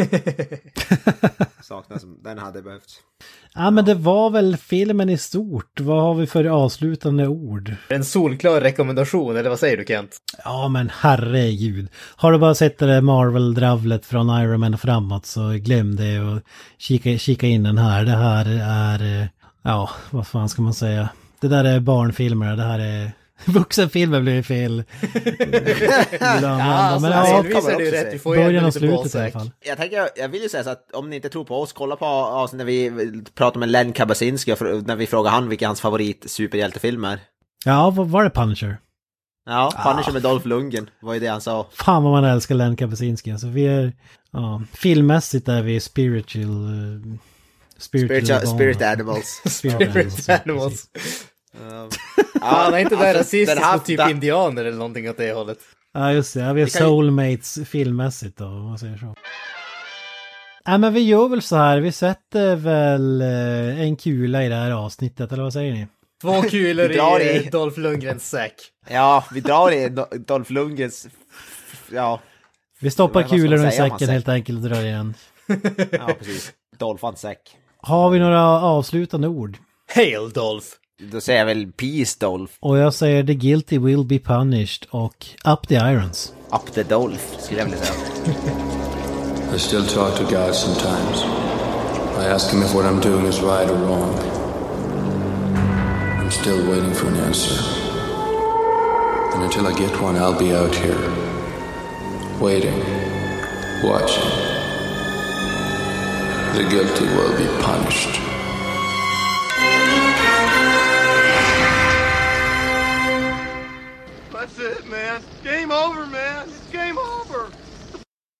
Saknas, den hade behövts. Ja, men det var väl filmen i stort. Vad har vi för avslutande ord? En solklar rekommendation, eller vad säger du, Kent? Ja, men herregud. Har du bara sett det Marvel-dravlet från Iron Man framåt, så glöm det och kika, kika in den här. Det här är, ja, vad fan ska man säga? Det där är barnfilmer, det här är... Vuxenfilmer blir fel. Ja, alltså, men ja, visar det rätt. Vi får början och slutet i alla fall. Jag tänker, jag vill ju säga så att om ni inte tror på oss, kolla på avsnitt när vi pratar med Len Kabasinski, när vi frågar han vilka hans favorit superhjältefilm är. Ja, vad var det, Punisher? Ja, Punisher ah. med Dolph Lundgren, vad är det han sa? Fan vad man älskar Len Kabasinski. Alltså vi är, ja, filmmässigt är vi spiritual... Uh, spiritual, spiritual spirit animals. Spirit, spirit animals. Um, ah, han är inte där rasistisk mot typ da- indianer eller någonting åt det hållet. Ja, just det. Ja, vi är soulmates ju... filmmässigt då, om man säger så. Ja, men vi gör väl så här. Vi sätter väl eh, en kula i det här avsnittet, eller vad säger ni? Två kulor i, i Dolph Lundgrens säck. Ja, vi drar i Dolph Lundgrens... Ja. Vi stoppar kulor i säcken helt enkelt och drar igen. Ja, precis. Dolphans säck. Har vi några avslutande ord? Hail Dolph! Då säger jag väl peace Dolph. Och jag säger the guilty will be punished och up the irons. Up the Dolph, skulle jag vilja säga. I still talk to God sometimes. I ask him if what I'm doing is right or wrong. I'm still waiting for an answer. And until I get one, I'll be out here. Waiting. Watching. The guilty will be punished. That's it, man. Game over, man. It's game over.